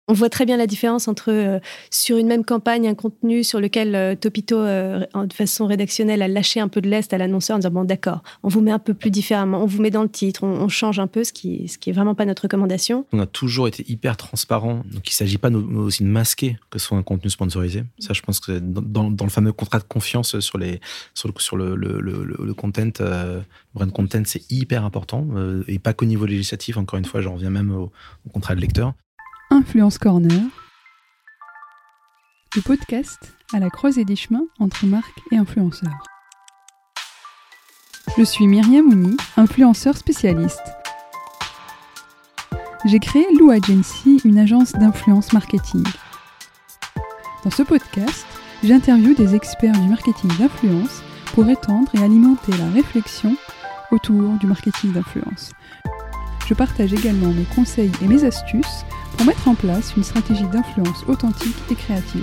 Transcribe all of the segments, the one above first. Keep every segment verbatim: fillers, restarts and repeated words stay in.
On voit très bien la différence entre, euh, sur une même campagne, un contenu sur lequel euh, Topito, euh, de façon rédactionnelle, a lâché un peu de lest à l'annonceur en disant « Bon, d'accord, on vous met un peu plus différemment, on vous met dans le titre, on, on change un peu, ce qui ce qui est vraiment pas notre recommandation. » On a toujours été hyper transparent. Donc, il ne s'agit pas nous, aussi de masquer que ce soit un contenu sponsorisé. Ça, je pense que c'est dans, dans, dans le fameux contrat de confiance sur, les, sur, le, sur le, le, le, le content, euh, brand content, c'est hyper important. Euh, et pas qu'au niveau législatif, encore une fois, j'en reviens même au, au contrat de lecteur. Influence Corner, le podcast à la croisée des chemins entre marques et influenceurs. Je suis Myriam Ouni, influenceur spécialiste. J'ai créé Lou Agency, une agence d'influence marketing. Dans ce podcast, j'interviewe des experts du marketing d'influence pour étendre et alimenter la réflexion autour du marketing d'influence. Je partage également mes conseils et mes astuces pour mettre en place une stratégie d'influence authentique et créative.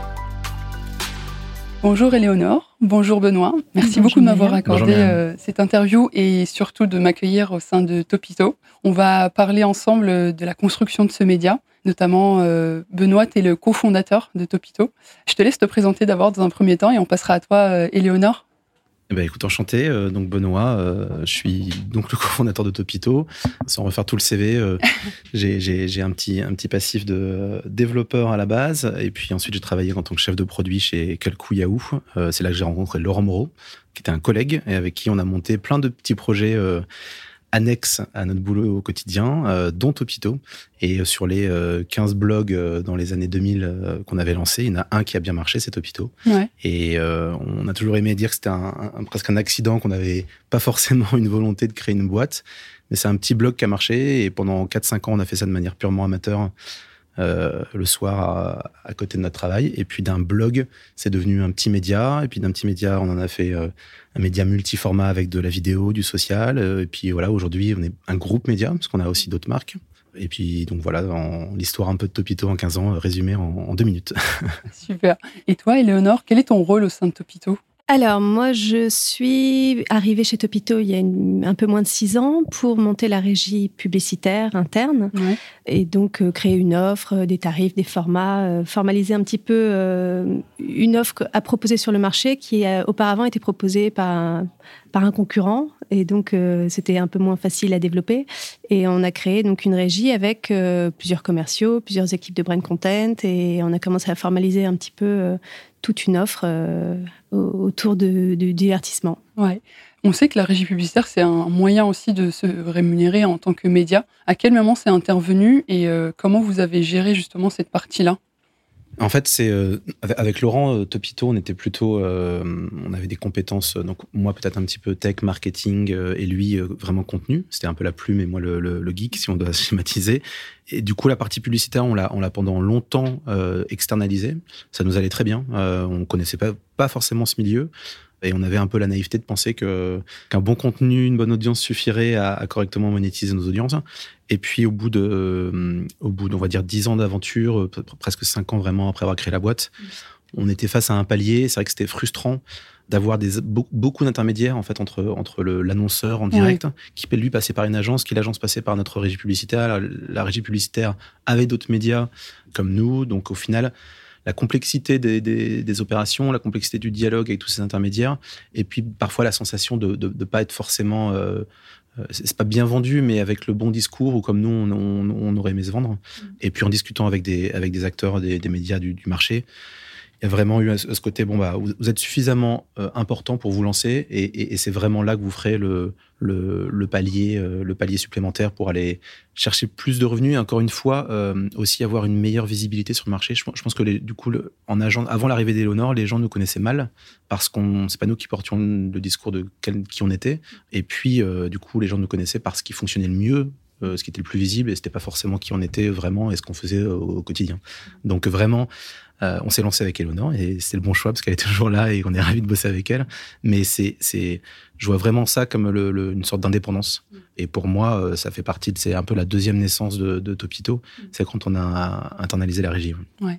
Bonjour Éléonore, bonjour Benoît. Merci bonjour beaucoup de m'avoir accordé euh, cette interview et surtout de m'accueillir au sein de Topito. On va parler ensemble de la construction de ce média, notamment euh, Benoît, tu es le cofondateur de Topito. Je te laisse te présenter d'abord dans un premier temps et on passera à toi euh, Éléonore. Eh ben, écoute, enchanté. Euh, donc Benoît, euh, je suis donc le cofondateur de Topito. Sans refaire tout le C V, euh, j'ai, j'ai, j'ai un petit un petit passif de euh, développeur à la base, et puis ensuite j'ai travaillé en tant que chef de produit chez Quelcou Yahoo. Euh, c'est là que j'ai rencontré Laurent Moreau, qui était un collègue et avec qui on a monté plein de petits projets euh, annexes à notre boulot au quotidien, euh, dont Topito. Et sur les euh, quinze blogs euh, dans les années deux mille euh, qu'on avait lancés, il y en a un qui a bien marché, c'est Topito. Ouais. Et euh, on a toujours aimé dire que c'était un, un, presque un accident, qu'on n'avait pas forcément une volonté de créer une boîte. Mais c'est un petit blog qui a marché. Et pendant quatre cinq ans, on a fait ça de manière purement amateur, euh, le soir à, à côté de notre travail. Et puis d'un blog, c'est devenu un petit média. Et puis d'un petit média, on en a fait euh, un média multiformat avec de la vidéo, du social. Et puis voilà, aujourd'hui, on est un groupe média, parce qu'on a aussi d'autres marques. Et puis, donc voilà, en, l'histoire un peu de Topito en quinze ans, résumée en, en deux minutes. Super. Et toi, Éléonore, quel est ton rôle au sein de Topito ? Alors, moi, je suis arrivée chez Topito il y a une, un peu moins de six ans pour monter la régie publicitaire interne. Ouais. Et donc, euh, créer une offre, des tarifs, des formats, euh, formaliser un petit peu euh, une offre à proposer sur le marché qui, euh, auparavant, était proposée par un, par un concurrent. Et donc, euh, c'était un peu moins facile à développer. Et on a créé donc une régie avec euh, plusieurs commerciaux, plusieurs équipes de brand content. Et on a commencé à formaliser un petit peu euh, toute une offre euh, autour de, de, du divertissement. Ouais. On sait que la régie publicitaire, c'est un moyen aussi de se rémunérer en tant que média. À quel moment c'est intervenu et euh, comment vous avez géré justement cette partie-là ? En fait, c'est euh, avec Laurent euh, Topito, on était plutôt, euh, on avait des compétences. Donc moi, peut-être un petit peu tech, marketing, euh, et lui euh, vraiment contenu. C'était un peu la plume et moi le, le, le geek, si on doit schématiser. Et du coup, la partie publicitaire, on l'a, on l'a pendant longtemps euh, externalisée. Ça nous allait très bien. Euh, on connaissait pas pas forcément ce milieu. Et on avait un peu la naïveté de penser que, qu'un bon contenu, une bonne audience suffirait à, à correctement monétiser nos audiences. Et puis, au bout de, euh, au bout d'on va dire dix ans d'aventure, euh, presque cinq ans vraiment après avoir créé la boîte, on était face à un palier. C'est vrai que c'était frustrant d'avoir des, beaucoup d'intermédiaires en fait, entre, entre le, l'annonceur en direct, ouais. qui lui passait par une agence, qui l'agence passait par notre régie publicitaire. La, la régie publicitaire avait d'autres médias comme nous. Donc, au final, la complexité des, des, des opérations, la complexité du dialogue avec tous ces intermédiaires, et puis parfois la sensation de ne pas être forcément... Euh, c'est pas bien vendu, mais avec le bon discours, ou comme nous, on, on, on aurait aimé se vendre. Mmh. Et puis en discutant avec des, avec des acteurs des, des médias du, du marché, il y a vraiment eu ce côté, bon, bah, vous êtes suffisamment euh, important pour vous lancer, et, et, et c'est vraiment là que vous ferez le, le, le, palier, euh, le palier supplémentaire pour aller chercher plus de revenus, et encore une fois, euh, aussi avoir une meilleure visibilité sur le marché. Je, je pense que les, du coup, le, en agent, avant l'arrivée d'Éléonore, les gens nous connaissaient mal, parce qu'on c'est pas nous qui portions le discours de quel, qui on était, et puis euh, du coup, les gens nous connaissaient par ce qui fonctionnait le mieux, euh, ce qui était le plus visible, et c'était pas forcément qui on était vraiment et ce qu'on faisait au, au quotidien. Donc vraiment, Euh, on s'est lancé avec Éléonore et c'était le bon choix parce qu'elle est toujours là et on est ravis de bosser avec elle. Mais c'est, c'est, je vois vraiment ça comme le, le, une sorte d'indépendance. Mmh. Et pour moi, ça fait partie de, c'est un peu la deuxième naissance de, de Topito. Mmh. C'est quand on a internalisé la régie. Ouais.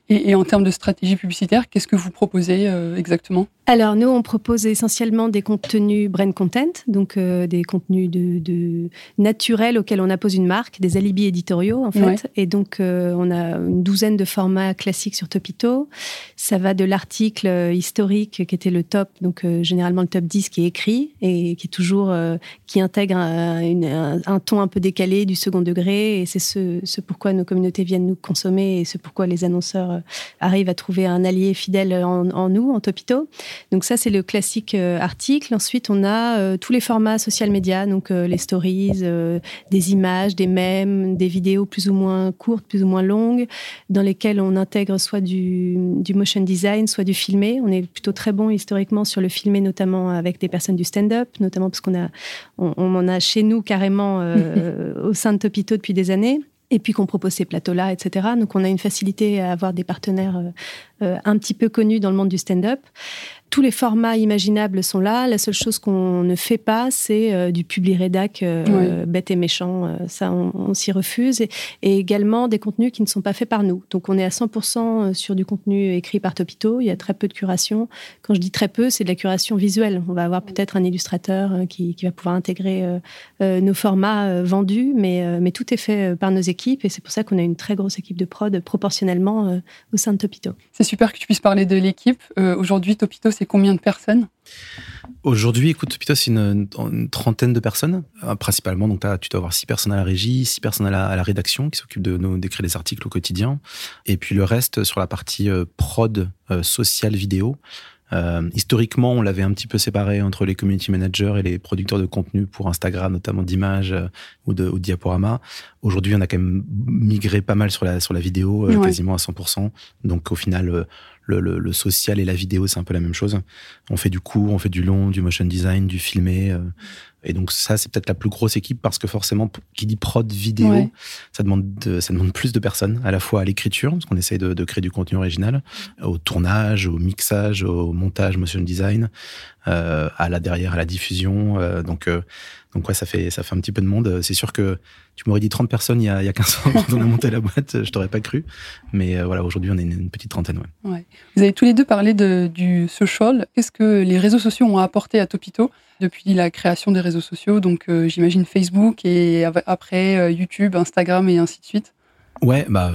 Et, et en termes de stratégie publicitaire, qu'est-ce que vous proposez euh, exactement ? Alors, nous, on propose essentiellement des contenus brand content, donc euh, des contenus de, de naturels auxquels on appose une marque, des alibis éditoriaux, en fait. Ouais. Et donc, euh, on a une douzaine de formats classiques sur Topito. Ça va de l'article euh, historique qui était le top, donc euh, généralement le top dix qui est écrit et qui est toujours, euh, qui intègre un, une, un, un ton un peu décalé du second degré. Et c'est ce, ce pourquoi nos communautés viennent nous consommer et ce pourquoi les annonceurs euh, arrivent à trouver un allié fidèle en, en nous, en Topito. Donc ça, c'est le classique euh, article. Ensuite, on a euh, tous les formats social media, donc euh, les stories, euh, des images, des mèmes, des vidéos plus ou moins courtes, plus ou moins longues, dans lesquelles on intègre soit du, du motion design, soit du filmé. On est plutôt très bon historiquement sur le filmé, notamment avec des personnes du stand-up, notamment parce qu'on a, on, on en a chez nous carrément euh, au sein de Topito depuis des années. Et puis qu'on propose ces plateaux-là, et cetera. Donc, on a une facilité à avoir des partenaires euh, euh, un petit peu connus dans le monde du stand-up. Tous les formats imaginables sont là. La seule chose qu'on ne fait pas, c'est euh, du publi-rédac euh, ouais. bête et méchant. Euh, ça, on, on s'y refuse. Et, et également des contenus qui ne sont pas faits par nous. Donc, on est à cent pour cent sur du contenu écrit par Topito. Il y a très peu de curation. Quand je dis très peu, c'est de la curation visuelle. On va avoir peut-être un illustrateur euh, qui, qui va pouvoir intégrer euh, euh, nos formats euh, vendus, mais, euh, mais tout est fait euh, par nos équipes. Et c'est pour ça qu'on a une très grosse équipe de prod proportionnellement euh, au sein de Topito. C'est super que tu puisses parler de l'équipe. Euh, aujourd'hui, Topito, c'est combien de personnes ? Aujourd'hui, écoute, Topito, c'est une, une trentaine de personnes, euh, principalement. Donc, tu dois avoir six personnes à la régie, six personnes à la, à la rédaction qui s'occupent de, de, d'écrire les articles au quotidien. Et puis le reste sur la partie euh, prod, euh, social, vidéo. Euh, historiquement, on l'avait un petit peu séparé entre les community managers et les producteurs de contenu pour Instagram, notamment d'images euh, ou de ou de diaporamas. Aujourd'hui, on a quand même migré pas mal sur la, sur la vidéo, euh, ouais. quasiment à cent pour cent. Donc, au final, euh, le, le, le social et la vidéo, c'est un peu la même chose. On fait du court, on fait du long, du motion design, du filmé. Euh, et donc, ça, c'est peut-être la plus grosse équipe parce que forcément, qui dit prod vidéo, ouais. ça, demande de, ça demande plus de personnes, à la fois à l'écriture, parce qu'on essaye de, de créer du contenu original, au tournage, au mixage, au montage, motion design, euh, à la derrière, à la diffusion. Euh, donc, euh, donc ouais, ça fait, ça fait un petit peu de monde. C'est sûr que tu m'aurais dit trente personnes il y a, il y a quinze ans quand on a monté la boîte, je t'aurais pas cru. Mais euh, voilà, aujourd'hui, on est une, une petite trentaine. Ouais. Ouais. Vous avez tous les deux parlé de, du social. Qu'est-ce que les réseaux sociaux ont apporté à Topito depuis la création des réseaux sociaux? Donc, euh, j'imagine Facebook et après euh, YouTube, Instagram et ainsi de suite. Ouais, bah,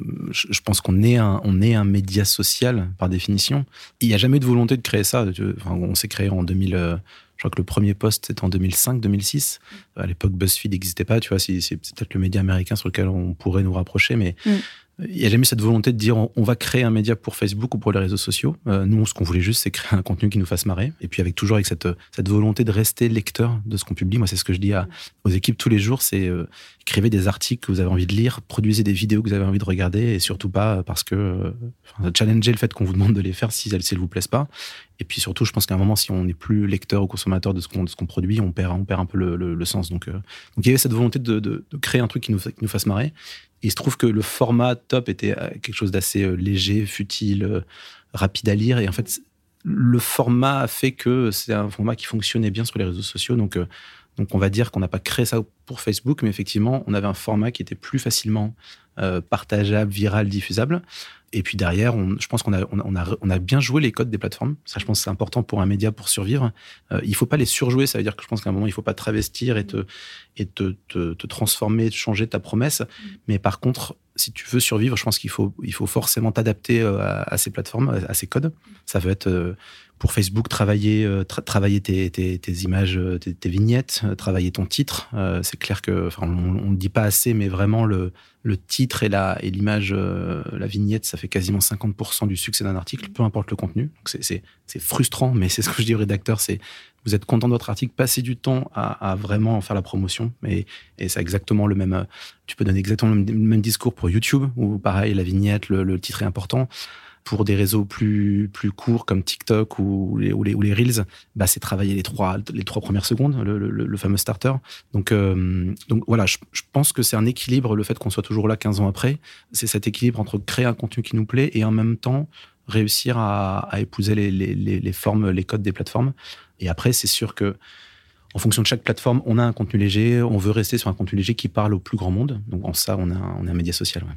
je pense qu'on est un, on est un média social par définition. Il n'y a jamais eu de volonté de créer ça. Enfin, on s'est créé en deux mille. Euh, je crois que le premier post c'était en deux mille cinq deux mille six. À l'époque, BuzzFeed n'existait pas. Tu vois, c'est, c'est peut-être le média américain sur lequel on pourrait nous rapprocher, mais mm. il n'y a jamais eu cette volonté de dire on, on va créer un média pour Facebook ou pour les réseaux sociaux. Euh, nous, ce qu'on voulait juste, c'est créer un contenu qui nous fasse marrer. Et puis avec toujours avec cette, cette volonté de rester lecteur de ce qu'on publie. Moi, c'est ce que je dis à, aux équipes tous les jours, c'est euh, écrivez des articles que vous avez envie de lire, produisez des vidéos que vous avez envie de regarder, et surtout pas parce que euh, challenger le fait qu'on vous demande de les faire si elles ne vous plaisent pas. Et puis surtout, je pense qu'à un moment, si on n'est plus lecteur ou consommateur de ce qu'on, de ce qu'on produit, on perd, on perd un peu le, le, le sens. Donc, euh, donc il y avait cette volonté de, de, de créer un truc qui nous, qui nous fasse marrer. Et il se trouve que le format top était quelque chose d'assez léger, futile, rapide à lire. Et en fait, le format a fait que c'est un format qui fonctionnait bien sur les réseaux sociaux. Donc, euh, donc on va dire qu'on n'a pas créé ça pour Facebook, mais effectivement, on avait un format qui était plus facilement euh, partageable, viral, diffusable. Et puis derrière, on, je pense qu'on a, on a, on a bien joué les codes des plateformes. Ça, je pense que c'est important pour un média pour survivre. Euh, il ne faut pas les surjouer. Ça veut dire que je pense qu'à un moment, il ne faut pas te travestir et, te, et te, te, te transformer, changer ta promesse. Mais par contre, si tu veux survivre, je pense qu'il faut, il faut forcément t'adapter à, à ces plateformes, à ces codes. Ça veut être... Euh, pour Facebook, travailler, tra- travailler tes, tes, tes images, tes, tes vignettes, travailler ton titre. Euh, c'est clair que, enfin, on ne le dit pas assez, mais vraiment le, le titre et, la, et l'image, euh, la vignette, ça fait quasiment cinquante pour cent du succès d'un article, peu importe le contenu. Donc c'est, c'est, c'est frustrant, mais c'est ce que je dis au rédacteur, c'est vous êtes content de votre article, passez du temps à, à vraiment en faire la promotion. Et, et c'est exactement le même. Tu peux donner exactement le même discours pour YouTube, où pareil, la vignette, le, le titre est important. Pour des réseaux plus, plus courts comme TikTok ou les, ou les, ou les Reels, bah, c'est travailler les trois, les trois premières secondes, le, le, le fameux starter. Donc, euh, donc voilà, je, je pense que c'est un équilibre, le fait qu'on soit toujours là quinze ans après. C'est cet équilibre entre créer un contenu qui nous plaît et en même temps réussir à, à épouser les, les, les, les formes, les codes des plateformes. Et après, c'est sûr que en fonction de chaque plateforme, on a un contenu léger, on veut rester sur un contenu léger qui parle au plus grand monde. Donc en ça, on a, on a un média social. Ouais.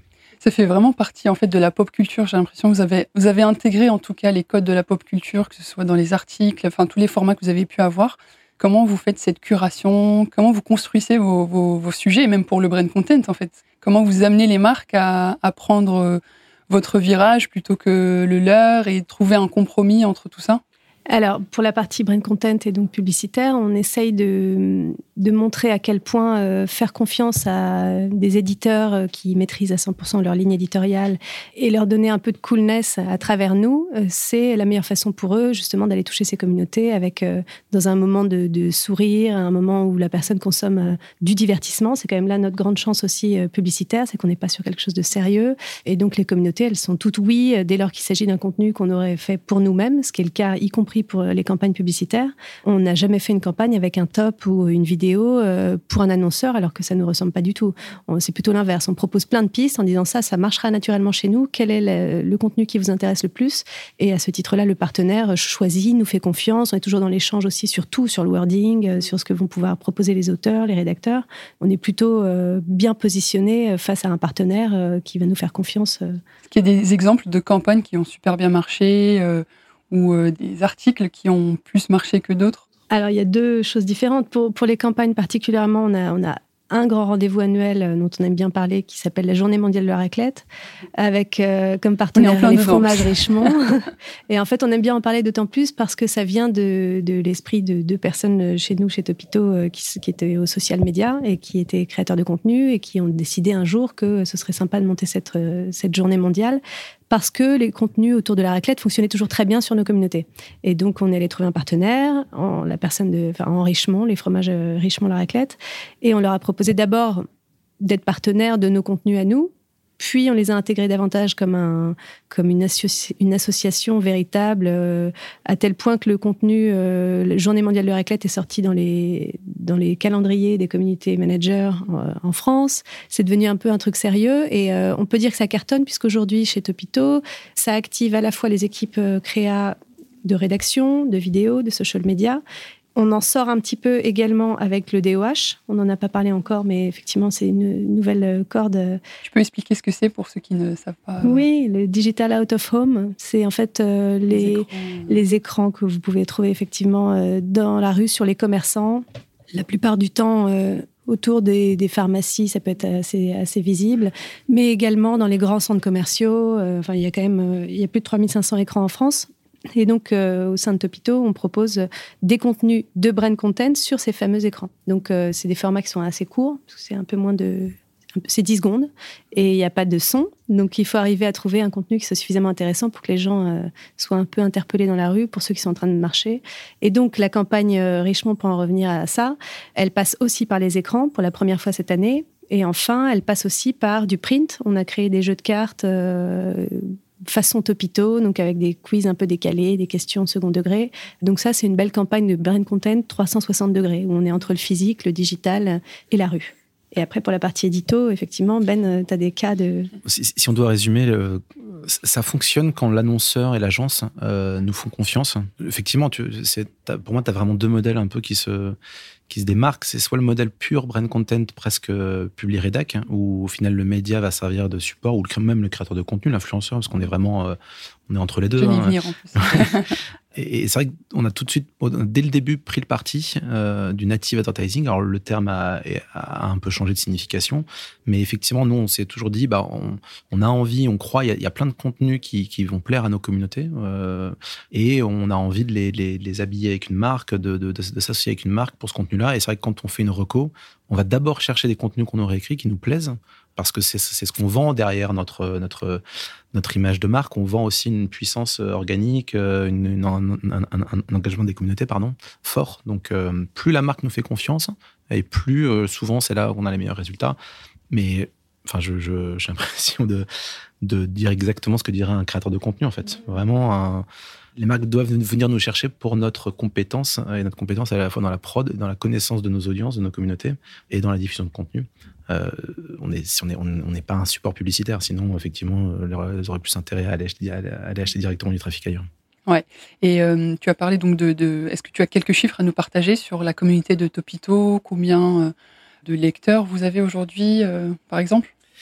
Ça fait vraiment partie en fait de la pop culture. J'ai l'impression que vous avez, vous avez intégré en tout cas les codes de la pop culture, que ce soit dans les articles, enfin tous les formats que vous avez pu avoir. Comment vous faites cette curation? Comment vous construisez vos, vos, vos sujets, et même pour le brand content en fait? Comment vous amenez les marques à, à prendre votre virage plutôt que le leur et trouver un compromis entre tout ça? Alors, pour la partie brand content et donc publicitaire, on essaye de, de montrer à quel point euh, faire confiance à des éditeurs euh, qui maîtrisent à cent pour cent leur ligne éditoriale et leur donner un peu de coolness à travers nous, euh, c'est la meilleure façon pour eux, justement, d'aller toucher ces communautés avec, euh, dans un moment de, de sourire, un moment où la personne consomme euh, du divertissement. C'est quand même là notre grande chance aussi euh, publicitaire, c'est qu'on n'est pas sur quelque chose de sérieux. Et donc, les communautés, elles sont toutes oui, dès lors qu'il s'agit d'un contenu qu'on aurait fait pour nous-mêmes, ce qui est le cas, y compris pour les campagnes publicitaires. On n'a jamais fait une campagne avec un top ou une vidéo pour un annonceur, alors que ça ne nous ressemble pas du tout. C'est plutôt l'inverse. On propose plein de pistes en disant ça, ça marchera naturellement chez nous. Quel est le, le contenu qui vous intéresse le plus? Et à ce titre-là, le partenaire choisit, nous fait confiance. On est toujours dans l'échange aussi sur tout, sur le wording, sur ce que vont pouvoir proposer les auteurs, les rédacteurs. On est plutôt bien positionné face à un partenaire qui va nous faire confiance. Est-ce qu'il y a des exemples de campagnes qui ont super bien marché euh... ou euh, des articles qui ont plus marché que d'autres? Alors, il y a deux choses différentes. Pour, pour les campagnes particulièrement, on a, on a un grand rendez-vous annuel euh, dont on aime bien parler, qui s'appelle la Journée mondiale de la raclette, avec euh, comme partenaire les fromages Richemont. Et en fait, on aime bien en parler d'autant plus parce que ça vient de, de l'esprit de deux personnes chez nous, chez Topito, euh, qui, qui étaient au social media et qui étaient créateurs de contenu et qui ont décidé un jour que ce serait sympa de monter cette, euh, cette journée mondiale, parce que les contenus autour de la raclette fonctionnaient toujours très bien sur nos communautés. Et donc, on est allé trouver un partenaire, en, la personne de, enfin, en Richemont, les fromages Richemont la raclette, et on leur a proposé d'abord d'être partenaire de nos contenus à nous, puis on les a intégrés davantage comme, un, comme une, associ, une association véritable, euh, à tel point que le contenu, euh, la Journée mondiale de la raclette est sorti dans les, dans les calendriers des community managers euh, en France. C'est devenu un peu un truc sérieux et euh, on peut dire que ça cartonne, puisqu'aujourd'hui, chez Topito, ça active à la fois les équipes euh, créa de rédaction, de vidéo, de social media. On en sort un petit peu également avec le D O H. On n'en a pas parlé encore, mais effectivement, c'est une nouvelle corde. Tu peux expliquer ce que c'est pour ceux qui ne savent pas? Oui, le Digital Out of Home, c'est en fait euh, les, les, écrans. les écrans que vous pouvez trouver effectivement euh, dans la rue, sur les commerçants. La plupart du temps, euh, autour des, des pharmacies, ça peut être assez, assez visible, mais également dans les grands centres commerciaux. Euh, enfin, il y a quand même euh, il y a plus de trois mille cinq cents écrans en France. Et donc, euh, au sein de Topito, on propose des contenus de brand content sur ces fameux écrans. Donc, euh, c'est des formats qui sont assez courts, parce que c'est un peu moins de... C'est dix secondes, et il n'y a pas de son. Donc, il faut arriver à trouver un contenu qui soit suffisamment intéressant pour que les gens euh, soient un peu interpellés dans la rue, pour ceux qui sont en train de marcher. Et donc, la campagne euh, Richemont, pour en revenir à ça, elle passe aussi par les écrans, pour la première fois cette année. Et enfin, elle passe aussi par du print. On a créé des jeux de cartes... Euh, façon Topito, donc avec des quiz un peu décalés, des questions de second degré. Donc ça, c'est une belle campagne de brand content trois cent soixante degrés, où on est entre le physique, le digital et la rue. Et après, pour la partie édito, effectivement, Ben, tu as des cas de... Si, si on doit résumer, le, ça fonctionne quand l'annonceur et l'agence euh, nous font confiance. Effectivement, tu, c'est, pour moi, tu as vraiment deux modèles un peu qui se... qui se démarque, c'est soit le modèle pur brand content, presque publi rédac, hein, où au final le média va servir de support, ou le, même le créateur de contenu, l'influenceur, parce qu'on est vraiment euh, on est entre les deux. Je vais y hein. venir en plus. et, et c'est vrai qu'on a tout de suite, dès le début, pris le parti euh, du native advertising. Alors le terme a, a un peu changé de signification, mais effectivement, nous, on s'est toujours dit, bah, on, on a envie, on croit, il y a, il y a plein de contenus qui, qui vont plaire à nos communautés, euh, et on a envie de les, les, les habiller avec une marque, de, de, de, de s'associer avec une marque pour ce contenu-là. Et c'est vrai que quand on fait une reco, on va d'abord chercher des contenus qu'on aurait écrits qui nous plaisent, parce que c'est, c'est ce qu'on vend derrière notre, notre, notre image de marque. On vend aussi une puissance organique, une, une, un, un, un, un engagement des communautés pardon, fort. Donc, euh, plus la marque nous fait confiance, et plus euh, souvent, c'est là où on a les meilleurs résultats. Mais enfin, je, je, j'ai l'impression de, de dire exactement ce que dirait un créateur de contenu, en fait. Vraiment, un... les marques doivent venir nous chercher pour notre compétence, et notre compétence à la fois dans la prod, dans la connaissance de nos audiences, de nos communautés, et dans la diffusion de contenu. Euh, on est, si on n'est on, on pas un support publicitaire, sinon, effectivement, elles auraient plus intérêt à aller acheter, à aller acheter directement du trafic ailleurs. Ouais. Et euh, tu as parlé donc de, de... Est-ce que tu as quelques chiffres à nous partager sur la communauté de Topito? Combien de lecteurs vous avez aujourd'hui, euh, par exemple?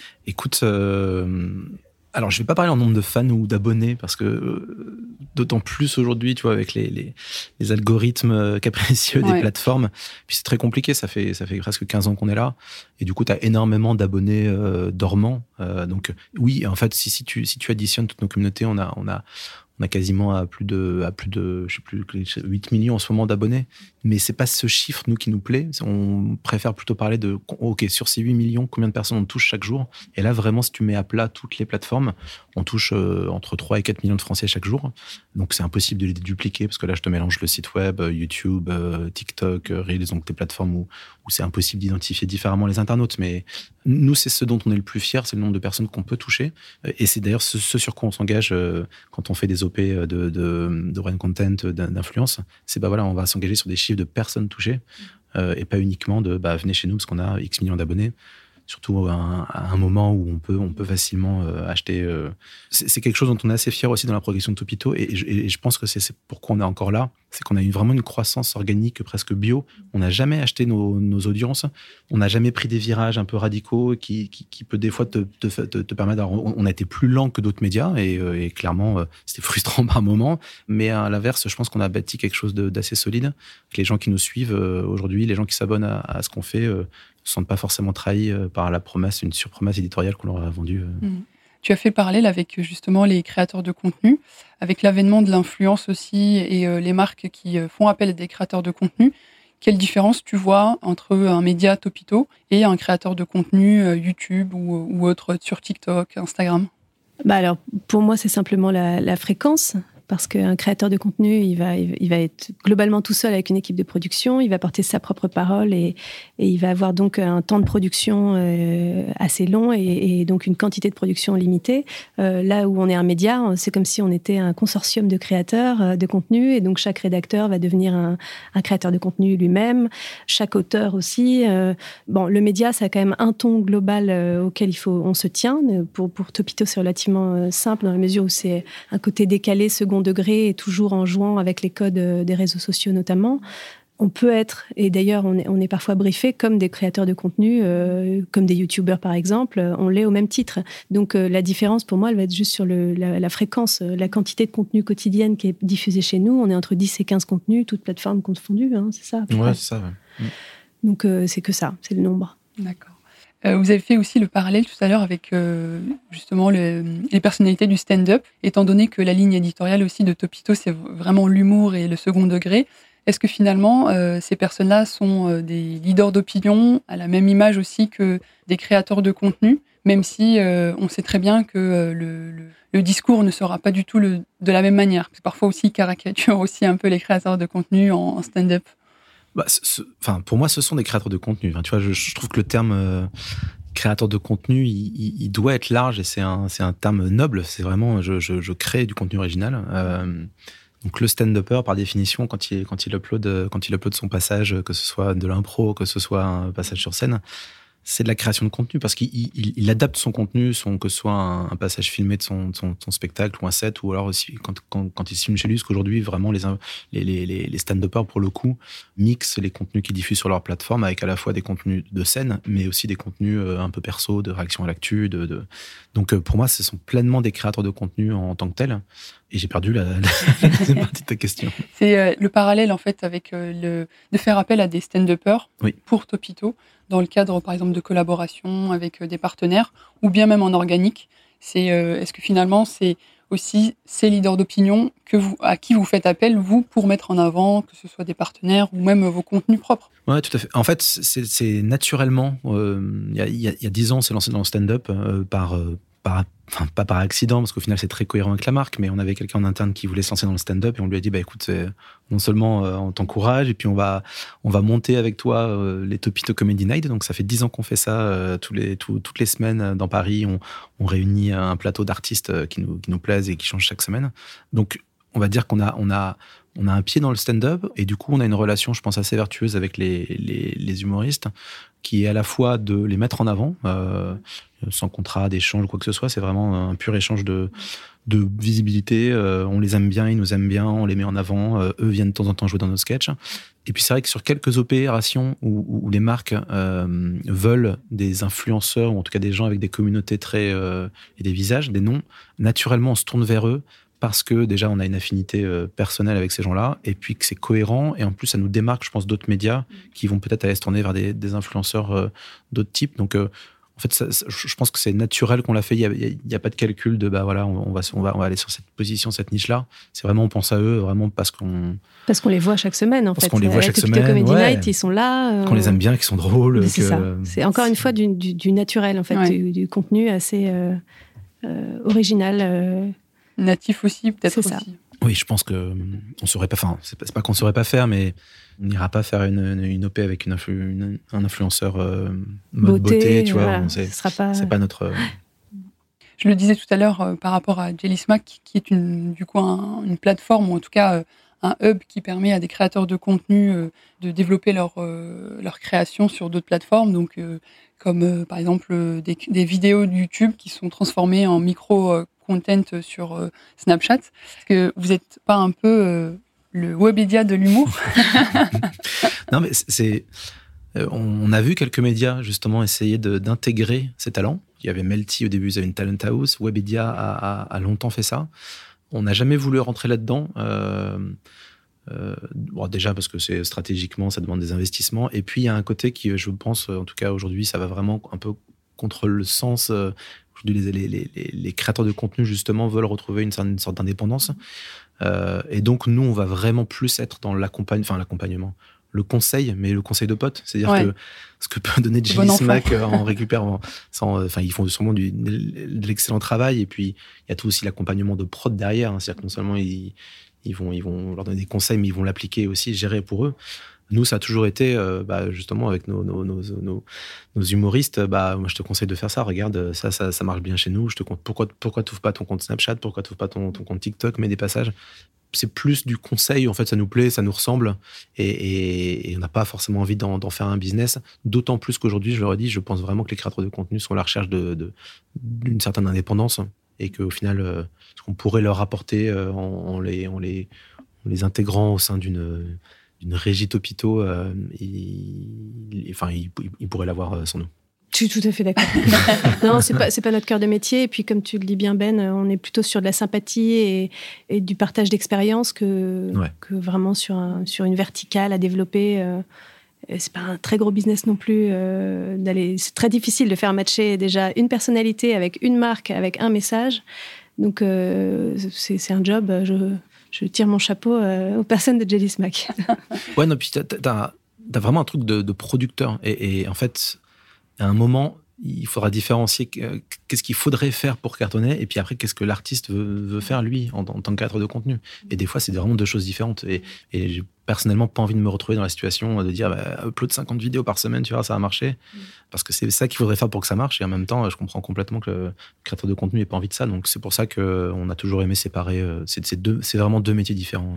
Écoute, euh, alors je vais pas parler en nombre de fans ou d'abonnés parce que euh, d'autant plus aujourd'hui, tu vois, avec les, les, les algorithmes capricieux ouais. des plateformes. Puis c'est très compliqué, ça fait, ça fait presque quinze ans qu'on est là. Et du coup, tu as énormément d'abonnés euh, dormants. Euh, donc oui, en fait, si, si, tu, si tu additionnes toutes nos communautés, on a... On a On a quasiment à plus de, à plus de, je sais plus, huit millions en ce moment d'abonnés. Mais c'est pas ce chiffre, nous, qui nous plaît. On préfère plutôt parler de, OK, sur ces huit millions, combien de personnes on touche chaque jour? Et là, vraiment, si tu mets à plat toutes les plateformes, on touche euh, entre trois et quatre millions de Français chaque jour. Donc, c'est impossible de les dupliquer parce que là, je te mélange le site web, YouTube, euh, TikTok, Reels, donc des plateformes où, où c'est impossible d'identifier différemment les internautes. Mais nous, c'est ce dont on est le plus fier, c'est le nombre de personnes qu'on peut toucher. Et c'est d'ailleurs ce, ce sur quoi on s'engage euh, quand on fait des O P de, de, de brand content, d'influence. C'est bah voilà, on va s'engager sur des chiffres de personnes touchées euh, et pas uniquement de bah, venez chez nous parce qu'on a X millions d'abonnés. Surtout à un, à un moment où on peut, on peut facilement euh, acheter. Euh, c'est, c'est quelque chose dont on est assez fier aussi dans la progression de Topito. Et, et, et je pense que c'est, c'est pourquoi on est encore là. C'est qu'on a eu vraiment une croissance organique presque bio. On n'a jamais acheté nos, nos audiences. On n'a jamais pris des virages un peu radicaux qui, qui, qui peut des fois te, te, te, te permettre d'avoir... On a été plus lent que d'autres médias et, et clairement, euh, c'était frustrant par moments. Mais à l'inverse, je pense qu'on a bâti quelque chose de, d'assez solide. Que les gens qui nous suivent euh, aujourd'hui, les gens qui s'abonnent à, à ce qu'on fait... Euh, ne se sentent pas forcément trahis par la promesse, une surpromesse éditoriale qu'on leur a vendue. Mmh. Tu as fait parallèle avec justement les créateurs de contenu, avec l'avènement de l'influence aussi et euh, les marques qui font appel à des créateurs de contenu. Quelle différence tu vois entre un média Topito et un créateur de contenu euh, YouTube ou, ou autre sur TikTok, Instagram? Bah alors, pour moi, c'est simplement la, la fréquence. Parce qu'un créateur de contenu, il va, il va être globalement tout seul avec une équipe de production, il va porter sa propre parole et, et il va avoir donc un temps de production euh, assez long et, et donc une quantité de production limitée. Euh, là où on est un média, c'est comme si on était un consortium de créateurs euh, de contenu et donc chaque rédacteur va devenir un, un créateur de contenu lui-même, chaque auteur aussi. Euh, bon, le média, ça a quand même un ton global euh, auquel il faut, on se tient. Pour, pour Topito, c'est relativement euh, simple dans la mesure où c'est un côté décalé, second degré et toujours en jouant avec les codes des réseaux sociaux notamment. On peut être, et d'ailleurs on est, on est parfois briefé comme des créateurs de contenu, euh, comme des youtubeurs par exemple, on l'est au même titre. Donc euh, la différence pour moi, elle va être juste sur le, la, la fréquence, la quantité de contenu quotidienne qui est diffusée chez nous. On est entre dix et quinze contenus, toutes plateformes confondues, hein, c'est ça? Ouais, c'est ça. Ouais. Donc euh, c'est que ça, c'est le nombre. D'accord. Euh, vous avez fait aussi le parallèle tout à l'heure avec euh, justement le, les personnalités du stand-up, étant donné que la ligne éditoriale aussi de Topito, c'est vraiment l'humour et le second degré. Est-ce que finalement, euh, ces personnes-là sont euh, des leaders d'opinion, à la même image aussi que des créateurs de contenu, même si euh, on sait très bien que euh, le, le, le discours ne sera pas du tout le, de la même manière. Parce que parfois aussi, ils caricaturent aussi un peu les créateurs de contenu en, en stand-up. Bah, ce, enfin, pour moi, ce sont des créateurs de contenu. Enfin, tu vois, je, je trouve que le terme euh, créateur de contenu, il, il, il doit être large et c'est un, c'est un terme noble. C'est vraiment, je, je, je crée du contenu original. Euh, donc, le stand-upper, par définition, quand il, quand il upload, quand il upload son passage, que ce soit de l'impro, que ce soit un passage sur scène, c'est de la création de contenu parce qu'il il, il adapte son contenu, son, que ce soit un, un passage filmé de son, son, son spectacle ou un set, ou alors aussi quand, quand, quand il se filme chez lui, parce qu'aujourd'hui, vraiment, les, les, les, les stand-uppers, pour le coup, mixent les contenus qu'ils diffusent sur leur plateforme avec à la fois des contenus de scène, mais aussi des contenus un peu perso, de réaction à l'actu. De, de... Donc, pour moi, ce sont pleinement des créateurs de contenu en, en tant que tels. Et j'ai perdu la, la, la deuxième partie de ta question. C'est euh, le parallèle, en fait, avec euh, le, de faire appel à des stand-uppers oui. pour Topito, dans le cadre, par exemple, de collaboration avec euh, des partenaires, ou bien même en organique. C'est, euh, est-ce que finalement, c'est aussi ces leaders d'opinion que vous, à qui vous faites appel, vous, pour mettre en avant, que ce soit des partenaires ou même vos contenus propres? Ouais, tout à fait. En fait, c'est, c'est naturellement, euh, il y a, il y a, il y a dix ans, c'est lancé dans le stand-up euh, par... Euh, Par, enfin, pas par accident, parce qu'au final, c'est très cohérent avec la marque, mais on avait quelqu'un en interne qui voulait se lancer dans le stand-up et on lui a dit, bah, écoute, non seulement euh, on t'encourage, et puis on va, on va monter avec toi euh, les Topito Comedy Night. Donc, ça fait dix ans qu'on fait ça euh, tous les, tout, toutes les semaines dans Paris. On, on réunit un plateau d'artistes qui nous, qui nous plaisent et qui changent chaque semaine. Donc, on va dire qu'on a, on a, on a un pied dans le stand-up et du coup, on a une relation, je pense, assez vertueuse avec les, les, les humoristes qui est à la fois de les mettre en avant, euh, sans contrat d'échange ou quoi que ce soit. C'est vraiment un pur échange de, de visibilité. Euh, on les aime bien, ils nous aiment bien, on les met en avant. Euh, eux viennent de temps en temps jouer dans nos sketchs. Et puis, c'est vrai que sur quelques opérations où, où les marques euh, veulent des influenceurs ou en tout cas des gens avec des communautés très euh, et des visages, des noms, naturellement, on se tourne vers eux. Parce que déjà, on a une affinité euh, personnelle avec ces gens-là, et puis que c'est cohérent, et en plus, ça nous démarque, je pense, d'autres médias qui vont peut-être aller se tourner vers des, des influenceurs euh, d'autres types. Donc, euh, en fait, ça, ça, je pense que c'est naturel qu'on l'a fait. Il n'y a, a, a pas de calcul de, bah voilà, on, on, va, on, va, on va aller sur cette position, cette niche-là. C'est vraiment, on pense à eux, vraiment parce qu'on... Parce qu'on les voit chaque semaine, en parce fait. Parce qu'on les voit chaque semaine. Comedy ouais. Night, ils sont là. Euh... Qu'on les aime bien, qu'ils sont drôles. C'est que... ça. C'est encore une fois du, du, du naturel, en fait, ouais. du, du contenu assez euh, euh, original. Euh... Natif aussi, peut-être c'est aussi. Ça. Oui, je pense que on saurait pas. Enfin, c'est pas, c'est pas qu'on saurait pas faire, mais on n'ira pas faire une, une, une O P avec une influ, une, un influenceur euh, mode beauté, beauté, tu vois. Voilà, c'est, ce sera pas... c'est pas notre. Euh... Je le disais tout à l'heure euh, par rapport à Jelly Smack, qui est une, du coup un, une plateforme ou en tout cas euh, un hub qui permet à des créateurs de contenu euh, de développer leur euh, leur création sur d'autres plateformes. Donc euh, comme euh, par exemple euh, des, des vidéos de YouTube qui sont transformées en micro euh, content sur euh, Snapchat. Est-ce que vous n'êtes pas un peu euh, le Webedia de l'humour? Non, mais c'est... Euh, on a vu quelques médias, justement, essayer de, d'intégrer ces talents. Il y avait Melty au début, ils avaient une talent house. Webedia a, a, a longtemps fait ça. On n'a jamais voulu rentrer là-dedans. Euh, euh, bon, déjà parce que c'est, stratégiquement, ça demande des investissements. Et puis, il y a un côté qui, je pense, en tout cas aujourd'hui, ça va vraiment un peu contre le sens... Euh, Aujourd'hui, les, les, les, les créateurs de contenu, justement, veulent retrouver une, une sorte d'indépendance. Euh, et donc, nous, on va vraiment plus être dans l'accompagnement, enfin, l'accompagnement, le conseil, mais le conseil de potes. C'est-à-dire ouais. que ce que peut donner Jelly Smack en récupérant, sans, enfin, ils font sûrement du, de l'excellent travail. Et puis, il y a tout aussi l'accompagnement de prod derrière. Hein, c'est-à-dire que non seulement ils, ils, vont, ils vont leur donner des conseils, mais ils vont l'appliquer aussi, gérer pour eux. Nous, ça a toujours été, euh, bah, justement, avec nos, nos, nos, nos, nos humoristes, bah, moi, je te conseille de faire ça. Regarde, ça, ça, ça marche bien chez nous. Je te compte, pourquoi, pourquoi tu n'ouvres pas ton compte Snapchat? Pourquoi tu n'ouvres pas ton, ton compte TikTok? Mets des passages. C'est plus du conseil. En fait, ça nous plaît, ça nous ressemble. Et, et, et on n'a pas forcément envie d'en, d'en faire un business. D'autant plus qu'aujourd'hui, je le redis, je pense vraiment que les créateurs de contenu sont à la recherche de, de, d'une certaine indépendance. Et qu'au final, euh, ce qu'on pourrait leur apporter euh, en, en, les, en, les, en les intégrant au sein d'une... une régie Topito, euh, il, il, enfin, il, il pourrait l'avoir euh, sans nous. Je suis tout à fait d'accord. Non, c'est pas, c'est pas notre cœur de métier. Et puis, comme tu le dis bien, Ben, on est plutôt sur de la sympathie et, et du partage d'expérience que, ouais. que vraiment sur, un, sur une verticale à développer. Euh, c'est pas un très gros business non plus. Euh, d'aller, c'est très difficile de faire matcher déjà une personnalité avec une marque, avec un message. Donc, euh, c'est, c'est un job... Je, Je tire mon chapeau euh, aux personnes de Jelly Smack. Ouais, non, puis t'as, t'as, t'as vraiment un truc de, de producteur. Et, et en fait, à un moment, il faudra différencier qu'est-ce qu'il faudrait faire pour cartonner, et puis après, qu'est-ce que l'artiste veut, veut faire, lui, en, en tant que créateur de contenu. Et des fois, c'est vraiment deux choses différentes. Et, et j'ai personnellement pas envie de me retrouver dans la situation de dire bah, upload cinquante vidéos par semaine, tu vois, ça va marcher. Mmh. Parce que c'est ça qu'il faudrait faire pour que ça marche. Et en même temps, je comprends complètement que le créateur de contenu n'ait pas envie de ça. Donc, c'est pour ça qu'on a toujours aimé séparer. C'est, c'est, deux, c'est vraiment deux métiers différents.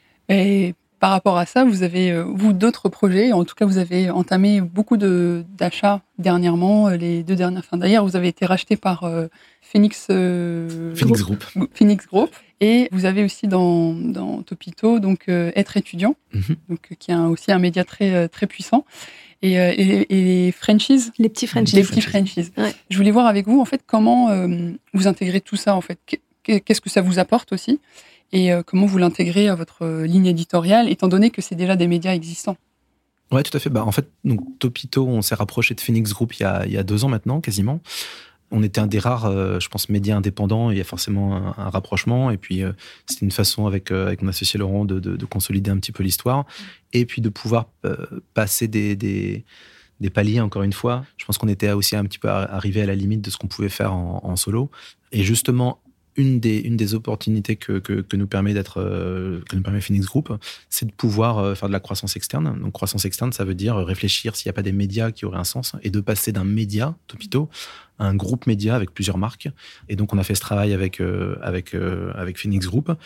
Et par rapport à ça, vous avez, vous, d'autres projets. En tout cas, vous avez entamé beaucoup de, d'achats dernièrement, les deux dernières. Enfin, d'ailleurs, vous avez été racheté par euh, Phoenix, euh, Phoenix Group. Group. Phoenix Group. Et vous avez aussi dans, dans Topito, donc euh, Être étudiant, mm-hmm. donc, qui est un, aussi un média très, très puissant. Et, euh, et, et les franchises. Les petits franchises. Les petits franchises. Ouais. Je voulais voir avec vous, en fait, comment euh, vous intégrez tout ça, en fait. Qu'est-ce que ça vous apporte aussi? Et euh, comment vous l'intégrez à votre euh, ligne éditoriale, étant donné que c'est déjà des médias existants? Ouais, tout à fait. Bah, en fait, donc, Topito, on s'est rapproché de Phoenix Group il y a, il y a deux ans maintenant, quasiment. On était un des rares, euh, je pense, médias indépendants. Il y a forcément un, un rapprochement. Et puis, euh, c'était une façon avec, euh, avec mon associé Laurent de, de, de consolider un petit peu l'histoire. Et puis, de pouvoir euh, passer des, des, des paliers, encore une fois. Je pense qu'on était aussi un petit peu arrivé à la limite de ce qu'on pouvait faire en, en solo. Et justement, Une des, une des opportunités que, que, que, nous permet d'être, euh, que nous permet Phoenix Group, c'est de pouvoir euh, faire de la croissance externe. Donc, croissance externe, ça veut dire réfléchir s'il n'y a pas des médias qui auraient un sens et de passer d'un média, Topito, à un groupe média avec plusieurs marques. Et donc, on a fait ce travail avec, euh, avec, euh, avec Phoenix Group.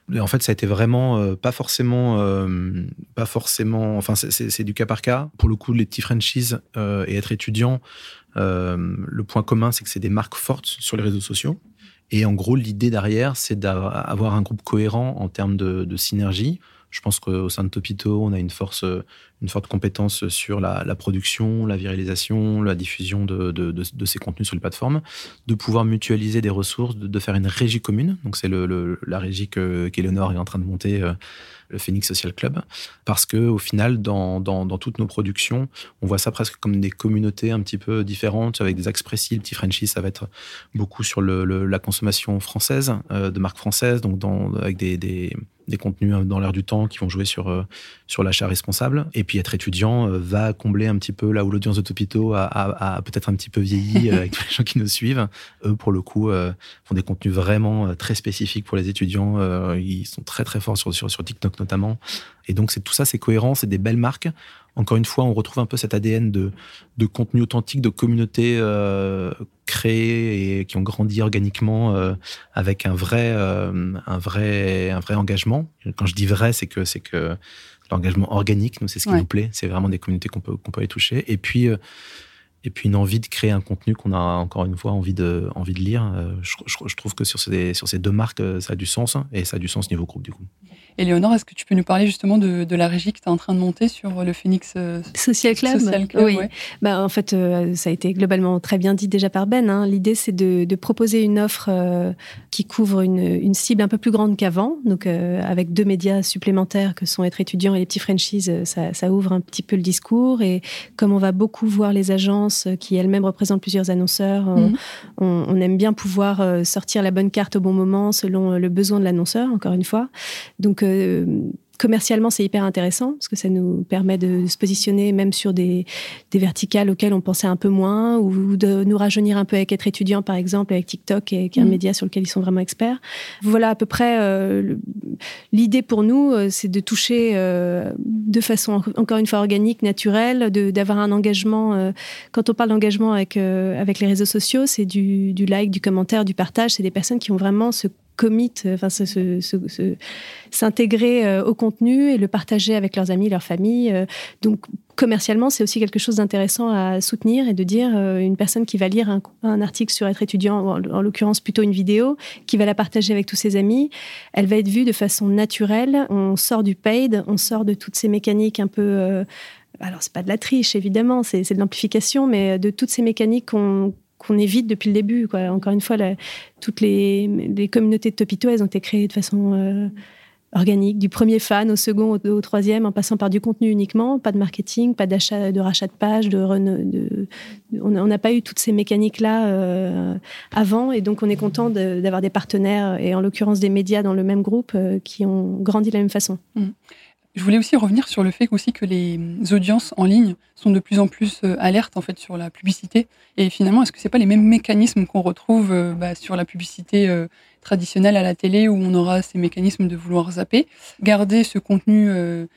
Et en fait, ça a été vraiment euh, pas forcément, euh, pas forcément. Enfin, c'est, c'est, c'est du cas par cas. Pour le coup, les petits franchises euh, et être étudiant, euh, le point commun, c'est que c'est des marques fortes sur les réseaux sociaux. Et en gros, l'idée derrière, c'est d'avoir un groupe cohérent en termes de, de synergie. Je pense qu'au sein de Topito, on a une force, une forte compétence sur la, la production, la viralisation, la diffusion de, de, de, de ces contenus sur les plateformes, de pouvoir mutualiser des ressources, de, de faire une régie commune. Donc, c'est le, le, la régie que, qu'Eleonore est en train de monter, euh, le Phoenix Social Club. Parce qu'au final, dans, dans, dans toutes nos productions, on voit ça presque comme des communautés un petit peu différentes, avec des axes précis. Le petit Frenchie, ça va être beaucoup sur le, le, la consommation française, euh, de marques françaises, donc dans, avec des... des des contenus dans l'air du temps qui vont jouer sur, euh, sur l'achat responsable. Et puis être étudiant euh, va combler un petit peu là où l'audience de Topito a, a, a peut-être un petit peu vieilli euh, avec tous les gens qui nous suivent. Eux, pour le coup, euh, font des contenus vraiment euh, très spécifiques pour les étudiants. Euh, ils sont très très forts sur, sur, sur TikTok notamment. Et donc c'est, tout ça, c'est cohérent, c'est des belles marques. Encore une fois, on retrouve un peu cet A D N de, de contenu authentique, de communautés euh, créées et qui ont grandi organiquement euh, avec un vrai, euh, un, vrai, un vrai engagement. Quand je dis vrai, c'est que, c'est que l'engagement organique, nous, c'est ce qui ouais. nous plaît. C'est vraiment des communautés qu'on peut, qu'on peut aller toucher. Et puis, euh, et puis une envie de créer un contenu qu'on a encore une fois envie de, envie de lire. Je, je, je trouve que sur ces, sur ces deux marques, ça a du sens et ça a du sens niveau groupe du coup. Éléonore, est-ce que tu peux nous parler justement de, de la régie que tu es en train de monter sur le Phoenix euh, Social Club, Social Club oui. Ouais. Bah, en fait, euh, ça a été globalement très bien dit déjà par Ben. Hein. L'idée, c'est de, de proposer une offre euh, qui couvre une, une cible un peu plus grande qu'avant. Donc, euh, avec deux médias supplémentaires que sont être étudiant et les petits franchises, ça, ça ouvre un petit peu le discours. Et comme on va beaucoup voir les agences qui elles-mêmes représentent plusieurs annonceurs, on, mmh. on, on aime bien pouvoir euh, sortir la bonne carte au bon moment selon le besoin de l'annonceur, encore une fois. Donc, Euh, commercialement, c'est hyper intéressant parce que ça nous permet de se positionner même sur des, des verticales auxquelles on pensait un peu moins ou de nous rajeunir un peu avec être étudiant, par exemple, avec TikTok, qui est un mmh. média sur lequel ils sont vraiment experts. Voilà à peu près euh, le, l'idée pour nous, euh, c'est de toucher euh, de façon, encore une fois, organique, naturelle, de, d'avoir un engagement. Euh, quand on parle d'engagement avec, euh, avec les réseaux sociaux, c'est du, du like, du commentaire, du partage. C'est des personnes qui vont vraiment se commit, enfin se, se, se, se, s'intégrer euh, au contenu et le partager avec leurs amis, leur famille. Euh, donc commercialement, c'est aussi quelque chose d'intéressant à soutenir et de dire euh, une personne qui va lire un, un article sur être étudiant, ou en, en l'occurrence plutôt une vidéo, qui va la partager avec tous ses amis, elle va être vue de façon naturelle. On sort du paid, on sort de toutes ces mécaniques un peu... Euh, alors c'est pas de la triche évidemment, c'est, c'est de l'amplification, mais de toutes ces mécaniques qu'on qu'on évite depuis le début, quoi. Encore une fois, la, toutes les, les communautés de Topito, elles ont été créées de façon euh, organique, du premier fan au second, au, au troisième, en passant par du contenu uniquement, pas de marketing, pas d'achat, de rachat de pages, de, run, de, de, on n'a pas eu toutes ces mécaniques-là euh, avant, et donc on est content de, d'avoir des partenaires, et en l'occurrence des médias dans le même groupe, euh, qui ont grandi de la même façon. Mmh. Je voulais aussi revenir sur le fait aussi que les audiences en ligne sont de plus en plus alertes en fait sur la publicité. Et finalement, est-ce que c'est pas les mêmes mécanismes qu'on retrouve euh, bah, sur la publicité euh, traditionnelle à la télé, où on aura ces mécanismes de vouloir zapper, garder ce contenu euh,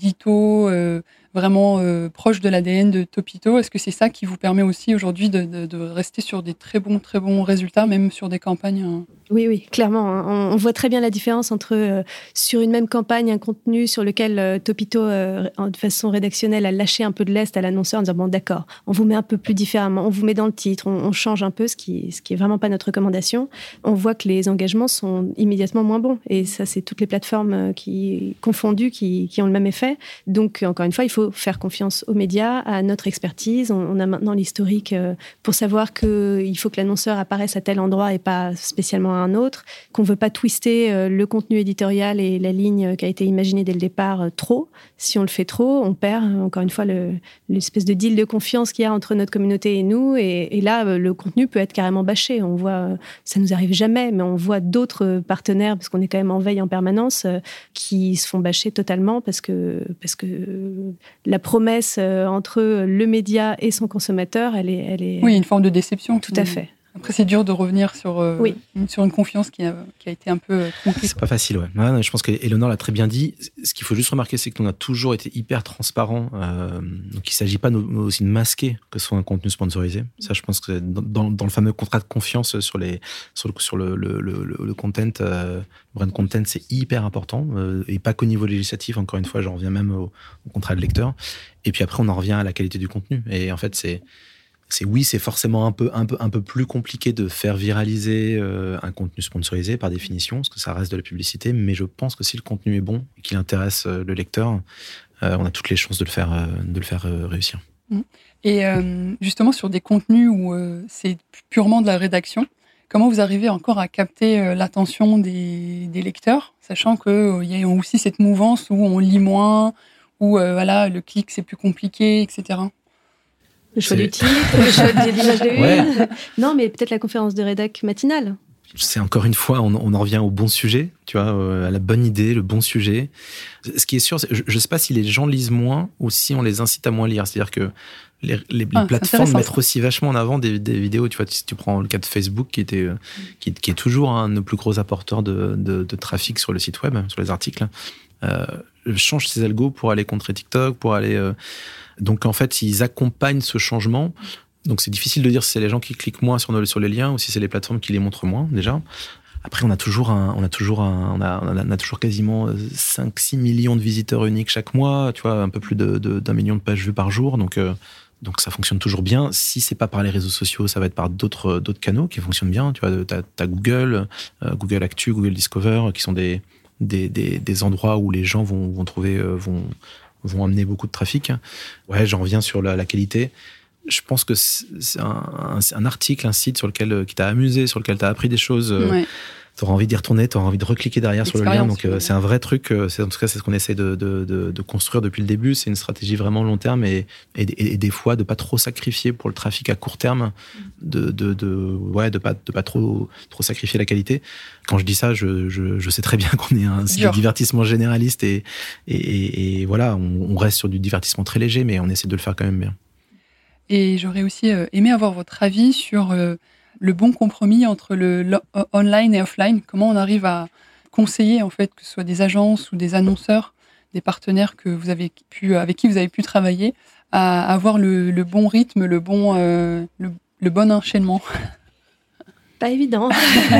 édito euh, vraiment euh, proche de l'A D N de Topito? Est-ce que c'est ça qui vous permet aussi aujourd'hui de, de, de rester sur des très bons, très bons résultats, même sur des campagnes hein? Oui, oui, clairement. Hein. On voit très bien la différence entre, euh, sur une même campagne, un contenu sur lequel euh, Topito, euh, de façon rédactionnelle, a lâché un peu de lest à l'annonceur en disant « Bon, d'accord, on vous met un peu plus différemment, on vous met dans le titre, on, on change un peu, ce qui ce qui est vraiment pas notre recommandation. » On voit que les engagements sont immédiatement moins bons. Et ça, c'est toutes les plateformes qui, confondues qui, qui ont le même effet. Donc, encore une fois, il faut faire confiance aux médias, à notre expertise. On, on a maintenant l'historique euh, pour savoir qu'il faut que l'annonceur apparaisse à tel endroit et pas spécialement à un autre, qu'on ne veut pas twister euh, le contenu éditorial et la ligne qui a été imaginée dès le départ euh, trop. Si on le fait trop, on perd, euh, encore une fois, le, l'espèce de deal de confiance qu'il y a entre notre communauté et nous. Et, et là, euh, le contenu peut être carrément bâché. On voit, euh, ça nous arrive jamais, mais on voit d'autres partenaires, parce qu'on est quand même en veille en permanence, euh, qui se font bâcher totalement parce que, parce que la promesse euh, entre le média et son consommateur, elle est... Elle est oui, une forme de déception. Tout à fait. Après, c'est dur de revenir sur, euh, oui. une, sur une confiance qui a, qui a été un peu tronquée. C'est pas facile, ouais. ouais. Je pense qu'Éléonore l'a très bien dit. Ce qu'il faut juste remarquer, c'est qu'on a toujours été hyper transparent. Euh, donc, il ne s'agit pas nous, aussi de masquer que ce soit un contenu sponsorisé. Ça, je pense que dans, dans le fameux contrat de confiance sur, les, sur, le, sur le, le, le, le content, euh, brand content, c'est hyper important. Euh, et pas qu'au niveau législatif, encore une fois, j'en reviens même au, au contrat de lecteur. Et puis après, on en revient à la qualité du contenu. Et en fait, c'est... C'est oui, c'est forcément un peu, un peu, un peu plus compliqué de faire viraliser euh, un contenu sponsorisé par définition, parce que ça reste de la publicité, mais je pense que si le contenu est bon et qu'il intéresse euh, le lecteur, euh, on a toutes les chances de le faire, euh, de le faire euh, réussir. Et euh, justement, sur des contenus où euh, c'est purement de la rédaction, comment vous arrivez encore à capter euh, l'attention des, des lecteurs, sachant qu'il euh, y a aussi cette mouvance où on lit moins, où euh, voilà, le clic c'est plus compliqué, et cetera. Le choix du titre, le choix de l'image de une. Ouais. Non, mais peut-être la conférence de rédac matinale. C'est encore une fois, on, on en revient au bon sujet, tu vois, euh, à la bonne idée, le bon sujet. Ce qui est sûr, c'est, je ne sais pas si les gens lisent moins ou si on les incite à moins lire. C'est-à-dire que les, les, les ah, plateformes mettent aussi vachement en avant des, des vidéos. Tu vois, si tu prends le cas de Facebook, qui, était, qui, qui est toujours un de nos plus gros apporteurs de, de, de trafic sur le site web, sur les articles, euh, change ses algos pour aller contrer TikTok, pour aller... Euh, donc, en fait, ils accompagnent ce changement. Donc, c'est difficile de dire si c'est les gens qui cliquent moins sur, nos, sur les liens ou si c'est les plateformes qui les montrent moins, déjà. Après, on a toujours, un, on a toujours, un, on a, on a toujours quasiment cinq six millions de visiteurs uniques chaque mois, tu vois, un peu plus de, de, d'un million de pages vues par jour. Donc, euh, donc, ça fonctionne toujours bien. Si c'est pas par les réseaux sociaux, ça va être par d'autres, d'autres canaux qui fonctionnent bien. Tu vois, t'as, t'as Google, euh, Google Actu, Google Discover, qui sont des, des, des, des endroits où les gens vont, vont trouver... Euh, vont, vont amener beaucoup de trafic. Ouais, j'en reviens sur la, la qualité. Je pense que c'est un, un, un article, un site sur lequel, qui t'a amusé, sur lequel t'as appris des choses. Ouais. T'auras envie d'y retourner, t'auras envie de recliquer derrière sur le lien. Donc, euh, c'est un vrai truc. C'est, en tout cas, c'est ce qu'on essaie de, de, de, de construire depuis le début. C'est une stratégie vraiment long terme et, et, et, et des fois, de pas trop sacrifier pour le trafic à court terme, de, de, de, ouais, de pas, de pas trop, trop sacrifier la qualité. Quand je dis ça, je, je, je sais très bien qu'on est un site de divertissement généraliste et, et, et, et voilà, on, on reste sur du divertissement très léger, mais on essaie de le faire quand même bien. Et j'aurais aussi aimé avoir votre avis sur euh, le bon compromis entre le, le online et offline. Comment on arrive à conseiller, en fait, que ce soit des agences ou des annonceurs, des partenaires que vous avez pu, avec qui vous avez pu travailler, à avoir le, le bon rythme, le bon, euh, le, le bon enchaînement. Pas évident.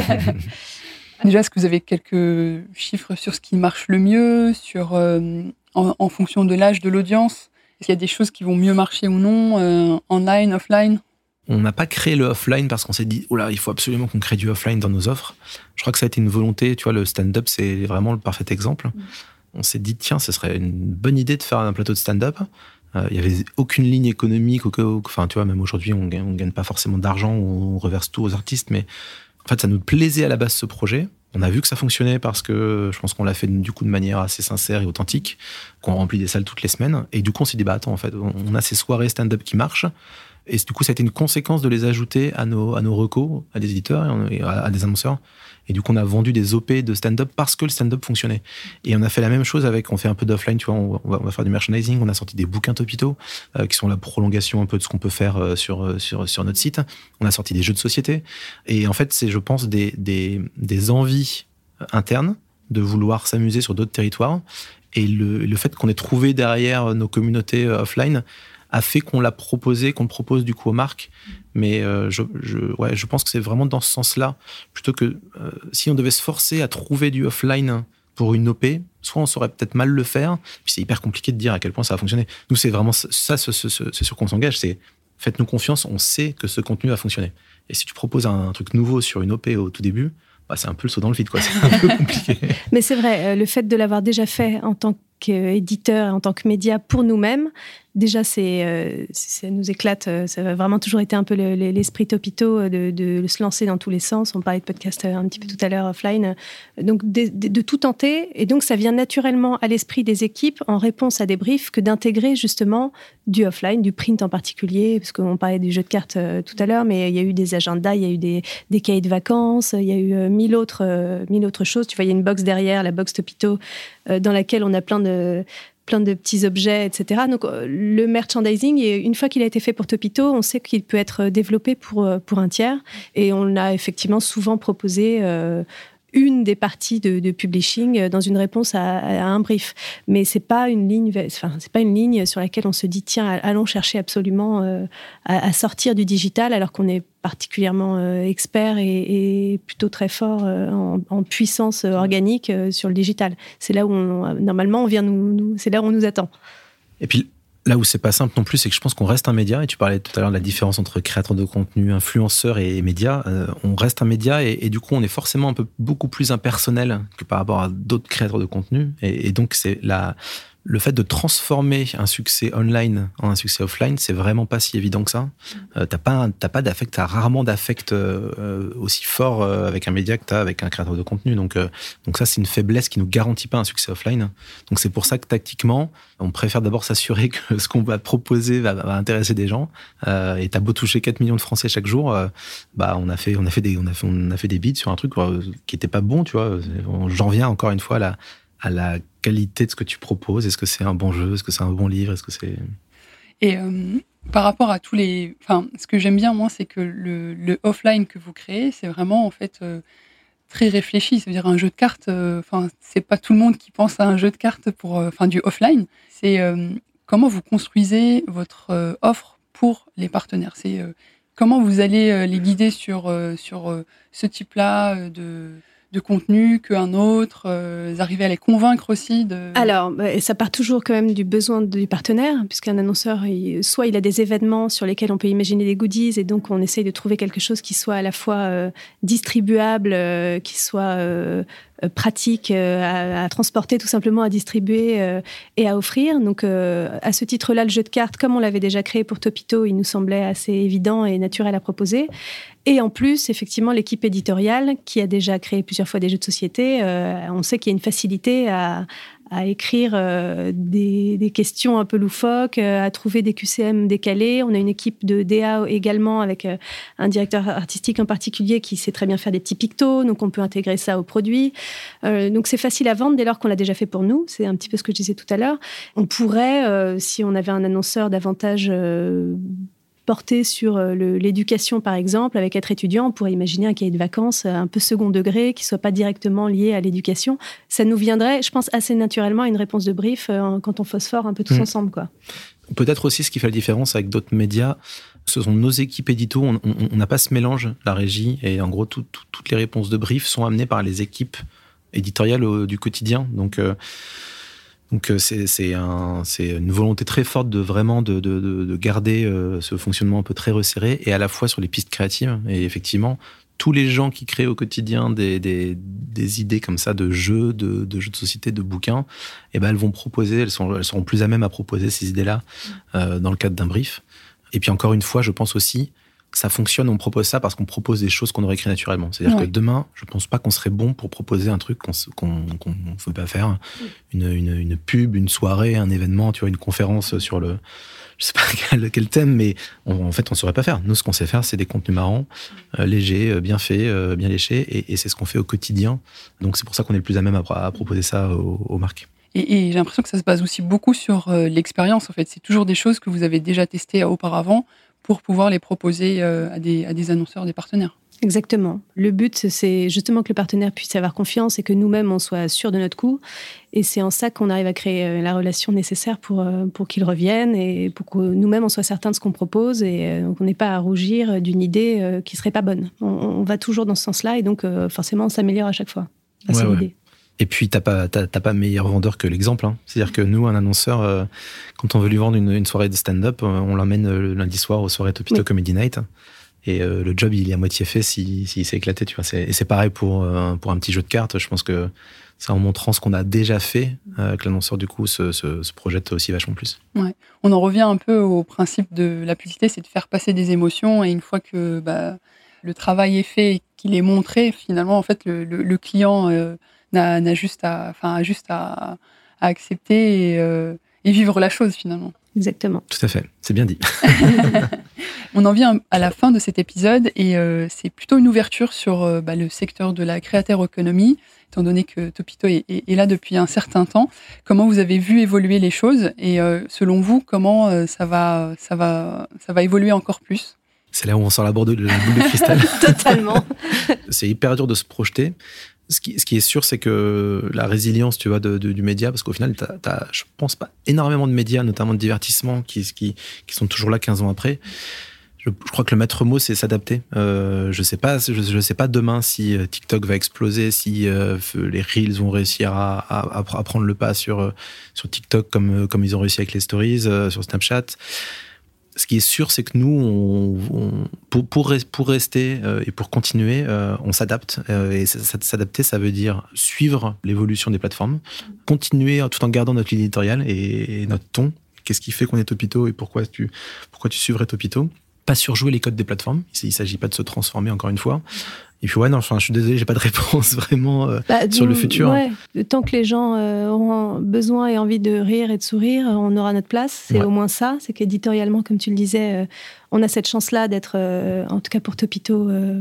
Déjà, est-ce que vous avez quelques chiffres sur ce qui marche le mieux, sur, euh, en, en fonction de l'âge de l'audience ? Est-ce qu'il y a des choses qui vont mieux marcher ou non, euh, online, offline ? On n'a pas créé le offline parce qu'on s'est dit, oh là, il faut absolument qu'on crée du offline dans nos offres. Je crois que ça a été une volonté. Tu vois, le stand-up, c'est vraiment le parfait exemple. Mmh. On s'est dit, tiens, ce serait une bonne idée de faire un plateau de stand-up. Euh, il n'y avait aucune ligne économique. Aucun, enfin, tu vois, même aujourd'hui, on ne gagne, on gagne pas forcément d'argent, on reverse tout aux artistes. Mais en fait, ça nous plaisait à la base, ce projet. On a vu que ça fonctionnait parce que je pense qu'on l'a fait du coup de manière assez sincère et authentique, qu'on remplit des salles toutes les semaines. Et du coup, on s'est dit, bah attends, en fait, on a ces soirées stand-up qui marchent. Et du coup, ça a été une conséquence de les ajouter à nos, à nos recos, à des éditeurs et à, à des annonceurs. Et du coup, on a vendu des O P de stand-up parce que le stand-up fonctionnait. Et on a fait la même chose avec, on fait un peu d'offline, tu vois, on va, on va faire du merchandising, on a sorti des bouquins Topito, euh, qui sont la prolongation un peu de ce qu'on peut faire euh, sur, sur, sur notre site. On a sorti des jeux de société. Et en fait, c'est, je pense, des, des, des envies internes de vouloir s'amuser sur d'autres territoires. Et le, le fait qu'on ait trouvé derrière nos communautés euh, offline a fait qu'on l'a proposé, qu'on le propose du coup aux marques. Mais euh, je, je, ouais, je pense que c'est vraiment dans ce sens-là, plutôt que euh, si on devait se forcer à trouver du offline pour une O P, soit on saurait peut-être mal le faire, puis c'est hyper compliqué de dire à quel point ça va fonctionner. Nous, c'est vraiment ça, ce, ce, ce, c'est sur quoi on s'engage, c'est faites-nous confiance, on sait que ce contenu va fonctionner. Et si tu proposes un, un truc nouveau sur une O P au tout début, bah, c'est un peu le saut dans le vide, quoi. C'est un peu compliqué. Mais c'est vrai, le fait de l'avoir déjà fait en tant qu'éditeur, en tant que média pour nous-mêmes, déjà, c'est, euh, ça nous éclate. Ça a vraiment toujours été un peu le, l'esprit Topito de, de se lancer dans tous les sens. On parlait de podcast un petit peu tout à l'heure offline. Donc, de, de, de tout tenter. Et donc, ça vient naturellement à l'esprit des équipes en réponse à des briefs que d'intégrer justement du offline, du print en particulier, parce qu'on parlait du jeu de cartes euh, tout à l'heure, mais il y a eu des agendas, il y a eu des, des cahiers de vacances, il y a eu euh, mille, autres, euh, mille autres choses. Tu vois, il y a une box derrière, la box Topito, euh, dans laquelle on a plein de... plein de petits objets, et cetera. Donc, le merchandising, une fois qu'il a été fait pour Topito, on sait qu'il peut être développé pour, pour un tiers. Et on a effectivement souvent proposé euh, une des parties de, de publishing dans une réponse à, à un brief. Mais c'est pas une ligne, enfin, c'est pas une ligne sur laquelle on se dit, tiens, allons chercher absolument euh, à, à sortir du digital, alors qu'on est particulièrement euh, expert et, et plutôt très fort euh, en, en puissance organique euh, sur le digital. C'est là où, on, normalement, on vient nous, nous, c'est là où on nous attend. Et puis, là où c'est pas simple non plus, c'est que je pense qu'on reste un média, et tu parlais tout à l'heure de la différence entre créateur de contenu, influenceur et média. Euh, on reste un média, et, et du coup, on est forcément un peu beaucoup plus impersonnel que par rapport à d'autres créateurs de contenu. Et, et donc, c'est la... Le fait de transformer un succès online en un succès offline, c'est vraiment pas si évident que ça. Euh, t'as pas, t'as pas d'affect, t'as rarement d'affect euh, aussi fort euh, avec un média que t'as avec un créateur de contenu. Donc, euh, donc ça, c'est une faiblesse qui nous garantit pas un succès offline. Donc c'est pour ça que tactiquement, on préfère d'abord s'assurer que ce qu'on va proposer va, va intéresser des gens. Euh, et t'as beau toucher quatre millions de Français chaque jour, euh, bah on a fait, on a fait des, on a fait, on a fait des bids sur un truc euh, qui était pas bon, tu vois. J'en viens encore une fois à la à la qualité de ce que tu proposes. Est-ce que c'est un bon jeu? Est-ce que c'est un bon livre? Est-ce que c'est... Et euh, par rapport à tous les... Enfin, ce que j'aime bien, moi, c'est que le, le offline que vous créez, c'est vraiment, en fait, euh, très réfléchi. C'est-à-dire un jeu de cartes, euh, enfin, c'est pas tout le monde qui pense à un jeu de cartes pour, enfin, euh, du offline. C'est euh, comment vous construisez votre euh, offre pour les partenaires. C'est euh, comment vous allez euh, les guider sur, euh, sur euh, ce type-là euh, de... de contenu qu'un autre, euh, arriver à les convaincre aussi de... Alors, ça part toujours quand même du besoin du partenaire, puisqu'un annonceur, il, soit il a des événements sur lesquels on peut imaginer des goodies, et donc on essaye de trouver quelque chose qui soit à la fois euh, distribuable, euh, qui soit euh, pratique euh, à, à transporter, tout simplement à distribuer euh, et à offrir. Donc, euh, à ce titre-là, le jeu de cartes, comme on l'avait déjà créé pour Topito, il nous semblait assez évident et naturel à proposer. Et en plus, effectivement, l'équipe éditoriale, qui a déjà créé plusieurs fois des jeux de société, euh, on sait qu'il y a une facilité à, à écrire euh, des, des questions un peu loufoques, euh, à trouver des Q C M décalés. On a une équipe de D A également, avec euh, un directeur artistique en particulier qui sait très bien faire des petits pictos, donc on peut intégrer ça au produit. Euh, donc c'est facile à vendre dès lors qu'on l'a déjà fait pour nous. C'est un petit peu ce que je disais tout à l'heure. On pourrait, euh, si on avait un annonceur davantage... Euh, porté sur le, l'éducation, par exemple, avec être étudiant, on pourrait imaginer un cahier de vacances un peu second degré, qui ne soit pas directement lié à l'éducation. Ça nous viendrait, je pense, assez naturellement à une réponse de brief euh, quand on phosphore un peu tous mmh. ensemble, quoi. Peut-être aussi ce qui fait la différence avec d'autres médias, ce sont nos équipes édito. On n'a pas ce mélange, la régie, et en gros, tout, tout, toutes les réponses de brief sont amenées par les équipes éditoriales au, du quotidien. Donc... Euh, Donc c'est, c'est, un, c'est une volonté très forte de vraiment de, de, de garder euh, ce fonctionnement un peu très resserré, et à la fois sur les pistes créatives. Et effectivement, tous les gens qui créent au quotidien des, des, des idées comme ça de jeux, de, de jeux de société, de bouquins, eh ben elles vont proposer, elles, sont, elles seront plus à même à proposer ces idées-là euh, dans le cadre d'un brief. Et puis encore une fois, je pense aussi que ça fonctionne, on propose ça parce qu'on propose des choses qu'on aurait écrites naturellement. C'est-à-dire ouais. que demain, je ne pense pas qu'on serait bon pour proposer un truc qu'on ne qu'on, qu'on veut pas faire. Une, une, une pub, une soirée, un événement, tu vois, une conférence sur le... Je ne sais pas quel, quel thème, mais on, en fait, on ne saurait pas faire. Nous, ce qu'on sait faire, c'est des contenus marrants, euh, légers, euh, bien faits, euh, bien léchés, et, et c'est ce qu'on fait au quotidien. Donc, c'est pour ça qu'on est le plus à même à, à proposer ça aux, aux marques. Et, et j'ai l'impression que ça se base aussi beaucoup sur euh, l'expérience, en fait. C'est toujours des choses que vous avez déjà testées auparavant pour pouvoir les proposer euh, à, des, à des annonceurs, des partenaires. Exactement. Le but, c'est justement que le partenaire puisse avoir confiance et que nous-mêmes, on soit sûrs de notre coup. Et c'est en ça qu'on arrive à créer la relation nécessaire pour, pour qu'ils reviennent et pour que nous-mêmes, on soit certains de ce qu'on propose et qu'on n'ait pas à rougir d'une idée qui ne serait pas bonne. On, on va toujours dans ce sens-là et donc forcément, on s'améliore à chaque fois. Ouais, c'est l'idée. Ouais. Et puis, t'as pas, t'as, t'as pas meilleur vendeur que l'exemple. Hein. C'est-à-dire que nous, un annonceur, euh, quand on veut lui vendre une, une soirée de stand-up, on l'emmène le lundi soir aux soirées Topito oui. Comedy Night. Et euh, le job, il est à moitié fait s'il si, si s'est éclaté. Tu vois. C'est, et c'est pareil pour, euh, pour un petit jeu de cartes. Je pense que c'est en montrant ce qu'on a déjà fait euh, que l'annonceur, du coup, se, se, se projette aussi vachement plus. Ouais. On en revient un peu au principe de la publicité, c'est de faire passer des émotions. Et une fois que bah, le travail est fait et qu'il est montré, finalement, en fait, le, le, le client... Euh, N'a, n'a juste à, enfin, juste à, à accepter et, euh, et vivre la chose finalement. Exactement. Tout à fait, c'est bien dit. On en vient à la fin de cet épisode et euh, c'est plutôt une ouverture sur euh, bah, le secteur de la creator economy, étant donné que Topito est, est, est là depuis un certain temps. Comment vous avez vu évoluer les choses et euh, selon vous, comment euh, ça va, ça va, ça va évoluer encore plus ? C'est là où on sort la boule de, la boule de cristal. Totalement. C'est hyper dur de se projeter. Ce qui, ce qui est sûr, c'est que la résilience, tu vois, de, de, du média, parce qu'au final, t'as, t'as, je pense pas énormément de médias, notamment de divertissement, qui, qui, qui sont toujours là quinze ans après. Je, je crois que le maître mot, c'est s'adapter. Euh, je sais pas, je, je sais pas demain si TikTok va exploser, si euh, les Reels vont réussir à, à, à prendre le pas sur, sur TikTok comme, comme ils ont réussi avec les Stories, euh, sur Snapchat. Ce qui est sûr, c'est que nous, on, on, pour, pour, pour rester euh, et pour continuer, euh, on s'adapte. Euh, et s'adapter, ça veut dire suivre l'évolution des plateformes, continuer tout en gardant notre ligne éditoriale et, et notre ton. Qu'est-ce qui fait qu'on est Topito et pourquoi tu, pourquoi tu suivrais Topito ? Pas surjouer les codes des plateformes. Il ne s'agit pas de se transformer, encore une fois. Et puis ouais, non, enfin, je suis désolé, j'ai pas de réponse vraiment euh, bah, sur le futur. Ouais. Tant que les gens euh, auront besoin et envie de rire et de sourire, on aura notre place. C'est ouais. au moins ça. C'est qu'éditorialement, comme tu le disais, euh, on a cette chance-là d'être, euh, en tout cas pour Topito, euh,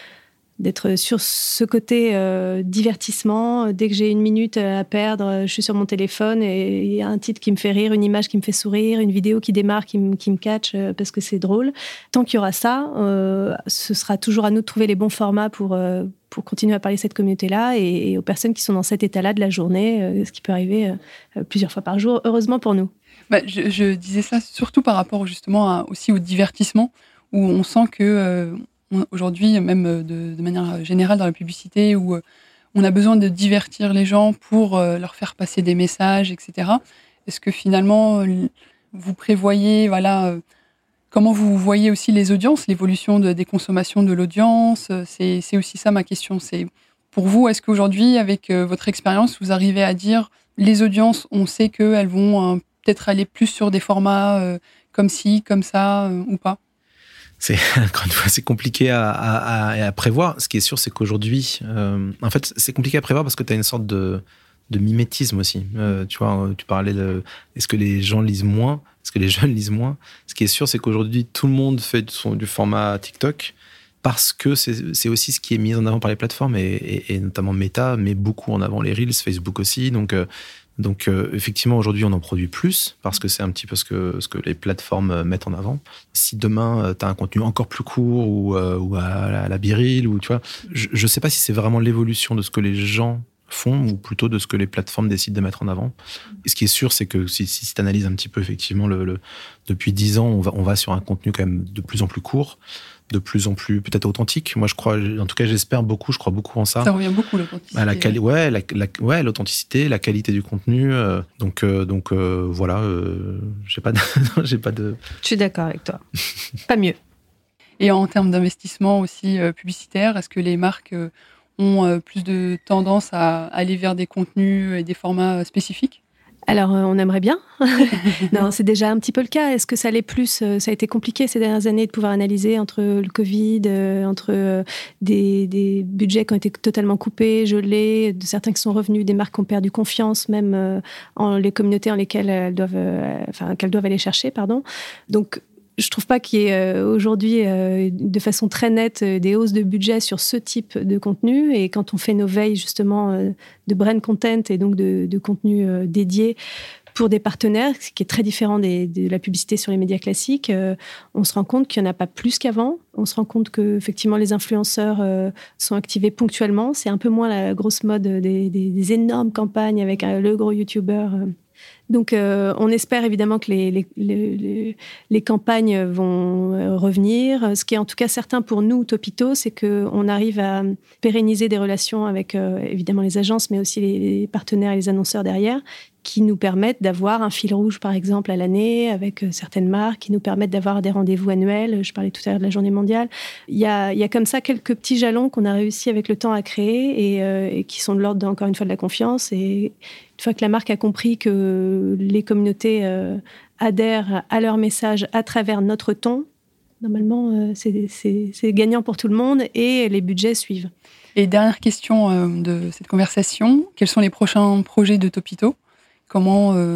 d'être sur ce côté euh, divertissement. Dès que j'ai une minute à perdre, je suis sur mon téléphone et il y a un titre qui me fait rire, une image qui me fait sourire, une vidéo qui démarre, qui me, qui me catch euh, parce que c'est drôle. Tant qu'il y aura ça, euh, ce sera toujours à nous de trouver les bons formats pour, euh, pour continuer à parler de cette communauté-là et, et aux personnes qui sont dans cet état-là de la journée, euh, ce qui peut arriver euh, plusieurs fois par jour, heureusement pour nous. Bah, je, je disais ça surtout par rapport justement à, aussi au divertissement, où on sent que... Euh, aujourd'hui, même de, de manière générale dans la publicité, où on a besoin de divertir les gens pour leur faire passer des messages, et cetera. Est-ce que finalement, vous prévoyez, voilà, comment vous voyez aussi les audiences, l'évolution de, des consommations de l'audience ? C'est, c'est aussi ça ma question. C'est pour vous, est-ce qu'aujourd'hui, avec votre expérience, vous arrivez à dire les audiences, on sait qu'elles vont peut-être aller plus sur des formats comme ci, comme ça, ou pas ? C'est, encore une fois, c'est compliqué à, à, à prévoir. Ce qui est sûr, c'est qu'aujourd'hui, euh, en fait, c'est compliqué à prévoir parce que tu as une sorte de, de mimétisme aussi. Euh, tu vois, tu parlais de, est-ce que les gens lisent moins ? Est-ce que les jeunes lisent moins ? Ce qui est sûr, c'est qu'aujourd'hui, tout le monde fait du, son, du format TikTok parce que c'est, c'est aussi ce qui est mis en avant par les plateformes et, et, et notamment Meta met beaucoup en avant les Reels, Facebook aussi. Donc, euh, Donc euh, effectivement, aujourd'hui, on en produit plus parce que c'est un petit peu ce que, ce que les plateformes mettent en avant. Si demain, euh, tu as un contenu encore plus court ou, euh, ou à, à la Biril, ou, tu vois, je ne sais pas si c'est vraiment l'évolution de ce que les gens font ou plutôt de ce que les plateformes décident de mettre en avant. Et ce qui est sûr, c'est que si, si tu analyses un petit peu, effectivement, le, le, depuis dix ans, on va, on va sur un contenu quand même de plus en plus court, de plus en plus peut-être authentique. Moi, je crois, en tout cas, j'espère beaucoup, je crois beaucoup en ça. Ça revient beaucoup, l'authenticité. À la quali- ouais, la, la, ouais, l'authenticité, la qualité du contenu. Euh, donc, euh, donc euh, voilà, euh, j'ai pas de, j'ai pas de... Je suis d'accord avec toi. Pas mieux. Et en termes d'investissement aussi euh, publicitaire, est-ce que les marques euh, ont euh, plus de tendance à aller vers des contenus et des formats spécifiques ? Alors, euh, on aimerait bien. Non, c'est déjà un petit peu le cas. Est-ce que ça allait plus ? Ça a été compliqué ces dernières années de pouvoir analyser entre le Covid, euh, entre euh, des, des budgets qui ont été totalement coupés, gelés, de certains qui sont revenus, des marques qui ont perdu confiance, même euh, en les communautés en lesquelles elles doivent, euh, enfin, qu'elles doivent aller chercher, pardon. Donc, je trouve pas qu'il y ait euh, aujourd'hui, euh, de façon très nette, euh, des hausses de budget sur ce type de contenu. Et quand on fait nos veilles, justement, euh, de brand content et donc de, de contenu euh, dédié pour des partenaires, ce qui est très différent des, de la publicité sur les médias classiques, euh, on se rend compte qu'il n'y en a pas plus qu'avant. On se rend compte que, effectivement, les influenceurs euh, sont activés ponctuellement. C'est un peu moins la grosse mode des, des, des énormes campagnes avec euh, le gros YouTuber. Euh. Donc, euh, on espère évidemment que les, les, les, les campagnes vont revenir. Ce qui est en tout cas certain pour nous, Topito, c'est qu'on arrive à pérenniser des relations avec euh, évidemment les agences, mais aussi les, les partenaires et les annonceurs derrière, qui nous permettent d'avoir un fil rouge, par exemple, à l'année, avec certaines marques, qui nous permettent d'avoir des rendez-vous annuels. Je parlais tout à l'heure de la journée mondiale. Il y a, il y a comme ça quelques petits jalons qu'on a réussi avec le temps à créer et, euh, et qui sont de l'ordre, encore une fois, de la confiance. Et une fois que la marque a compris que les communautés euh, adhèrent à leur message à travers notre ton, normalement, euh, c'est, c'est, c'est gagnant pour tout le monde et les budgets suivent. Et dernière question euh, de cette conversation, quels sont les prochains projets de Topito ? Comment euh,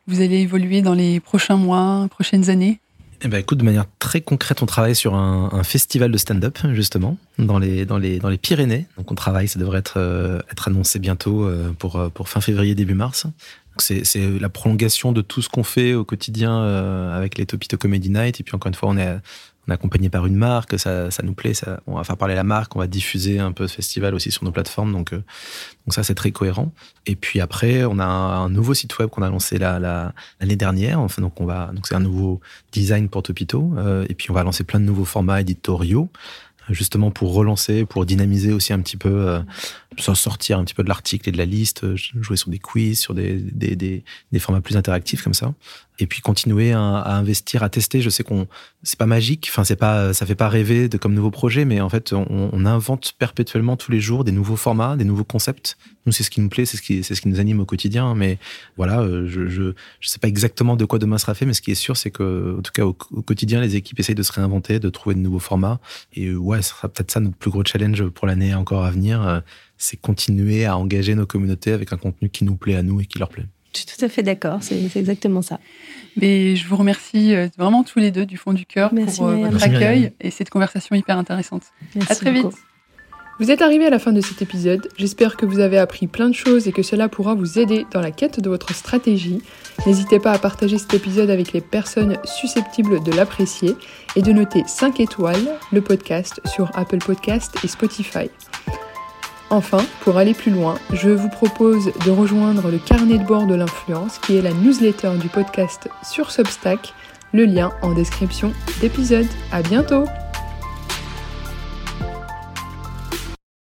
vous allez évoluer dans les prochains mois, prochaines années ? Eh ben, écoute, de manière très concrète, on travaille sur un, un festival de stand-up, justement, dans les, dans les, dans les Pyrénées. Donc, on travaille, ça devrait être, euh, être annoncé bientôt euh, pour, pour fin février, début mars. Donc, c'est, c'est la prolongation de tout ce qu'on fait au quotidien euh, avec les Topito Comedy Night. Et puis, encore une fois, on est, on est accompagné par une marque, ça, ça nous plaît, ça, on va faire parler la marque, on va diffuser un peu ce festival aussi sur nos plateformes. Donc, euh, donc ça, c'est très cohérent. Et puis après, on a un, un nouveau site web qu'on a lancé la, la, l'année dernière. Enfin, donc, on va, donc c'est un nouveau design pour Topito. Euh, et puis, on va lancer plein de nouveaux formats éditoriaux, justement pour relancer, pour dynamiser aussi un petit peu, euh, sortir un petit peu de l'article et de la liste, jouer sur des quiz, sur des, des, des, des formats plus interactifs comme ça. Et puis continuer à, à investir, à tester. Je sais qu'on, c'est pas magique, enfin c'est pas, ça fait pas rêver de comme nouveau projet, mais en fait on, on invente perpétuellement tous les jours des nouveaux formats, des nouveaux concepts. Nous c'est ce qui nous plaît, c'est ce qui, c'est ce qui nous anime au quotidien. Mais voilà, je, je, je sais pas exactement de quoi demain sera fait, mais ce qui est sûr, c'est que en tout cas au, au quotidien, les équipes essayent de se réinventer, de trouver de nouveaux formats. Et ouais, ce sera peut-être ça notre plus gros challenge pour l'année encore à venir, c'est continuer à engager nos communautés avec un contenu qui nous plaît à nous et qui leur plaît. Je suis tout à fait d'accord, c'est, c'est exactement ça. Mais je vous remercie vraiment tous les deux du fond du cœur Merci pour Myriam. votre Merci accueil Myriam. et cette conversation hyper intéressante. Merci à très vite. beaucoup. Vous êtes arrivés à la fin de cet épisode, j'espère que vous avez appris plein de choses et que cela pourra vous aider dans la quête de votre stratégie. N'hésitez pas à partager cet épisode avec les personnes susceptibles de l'apprécier et de noter cinq étoiles le podcast sur Apple Podcasts et Spotify. Enfin, pour aller plus loin, je vous propose de rejoindre le carnet de bord de l'influence qui est la newsletter du podcast sur Substack, le lien en description d'épisode. À bientôt!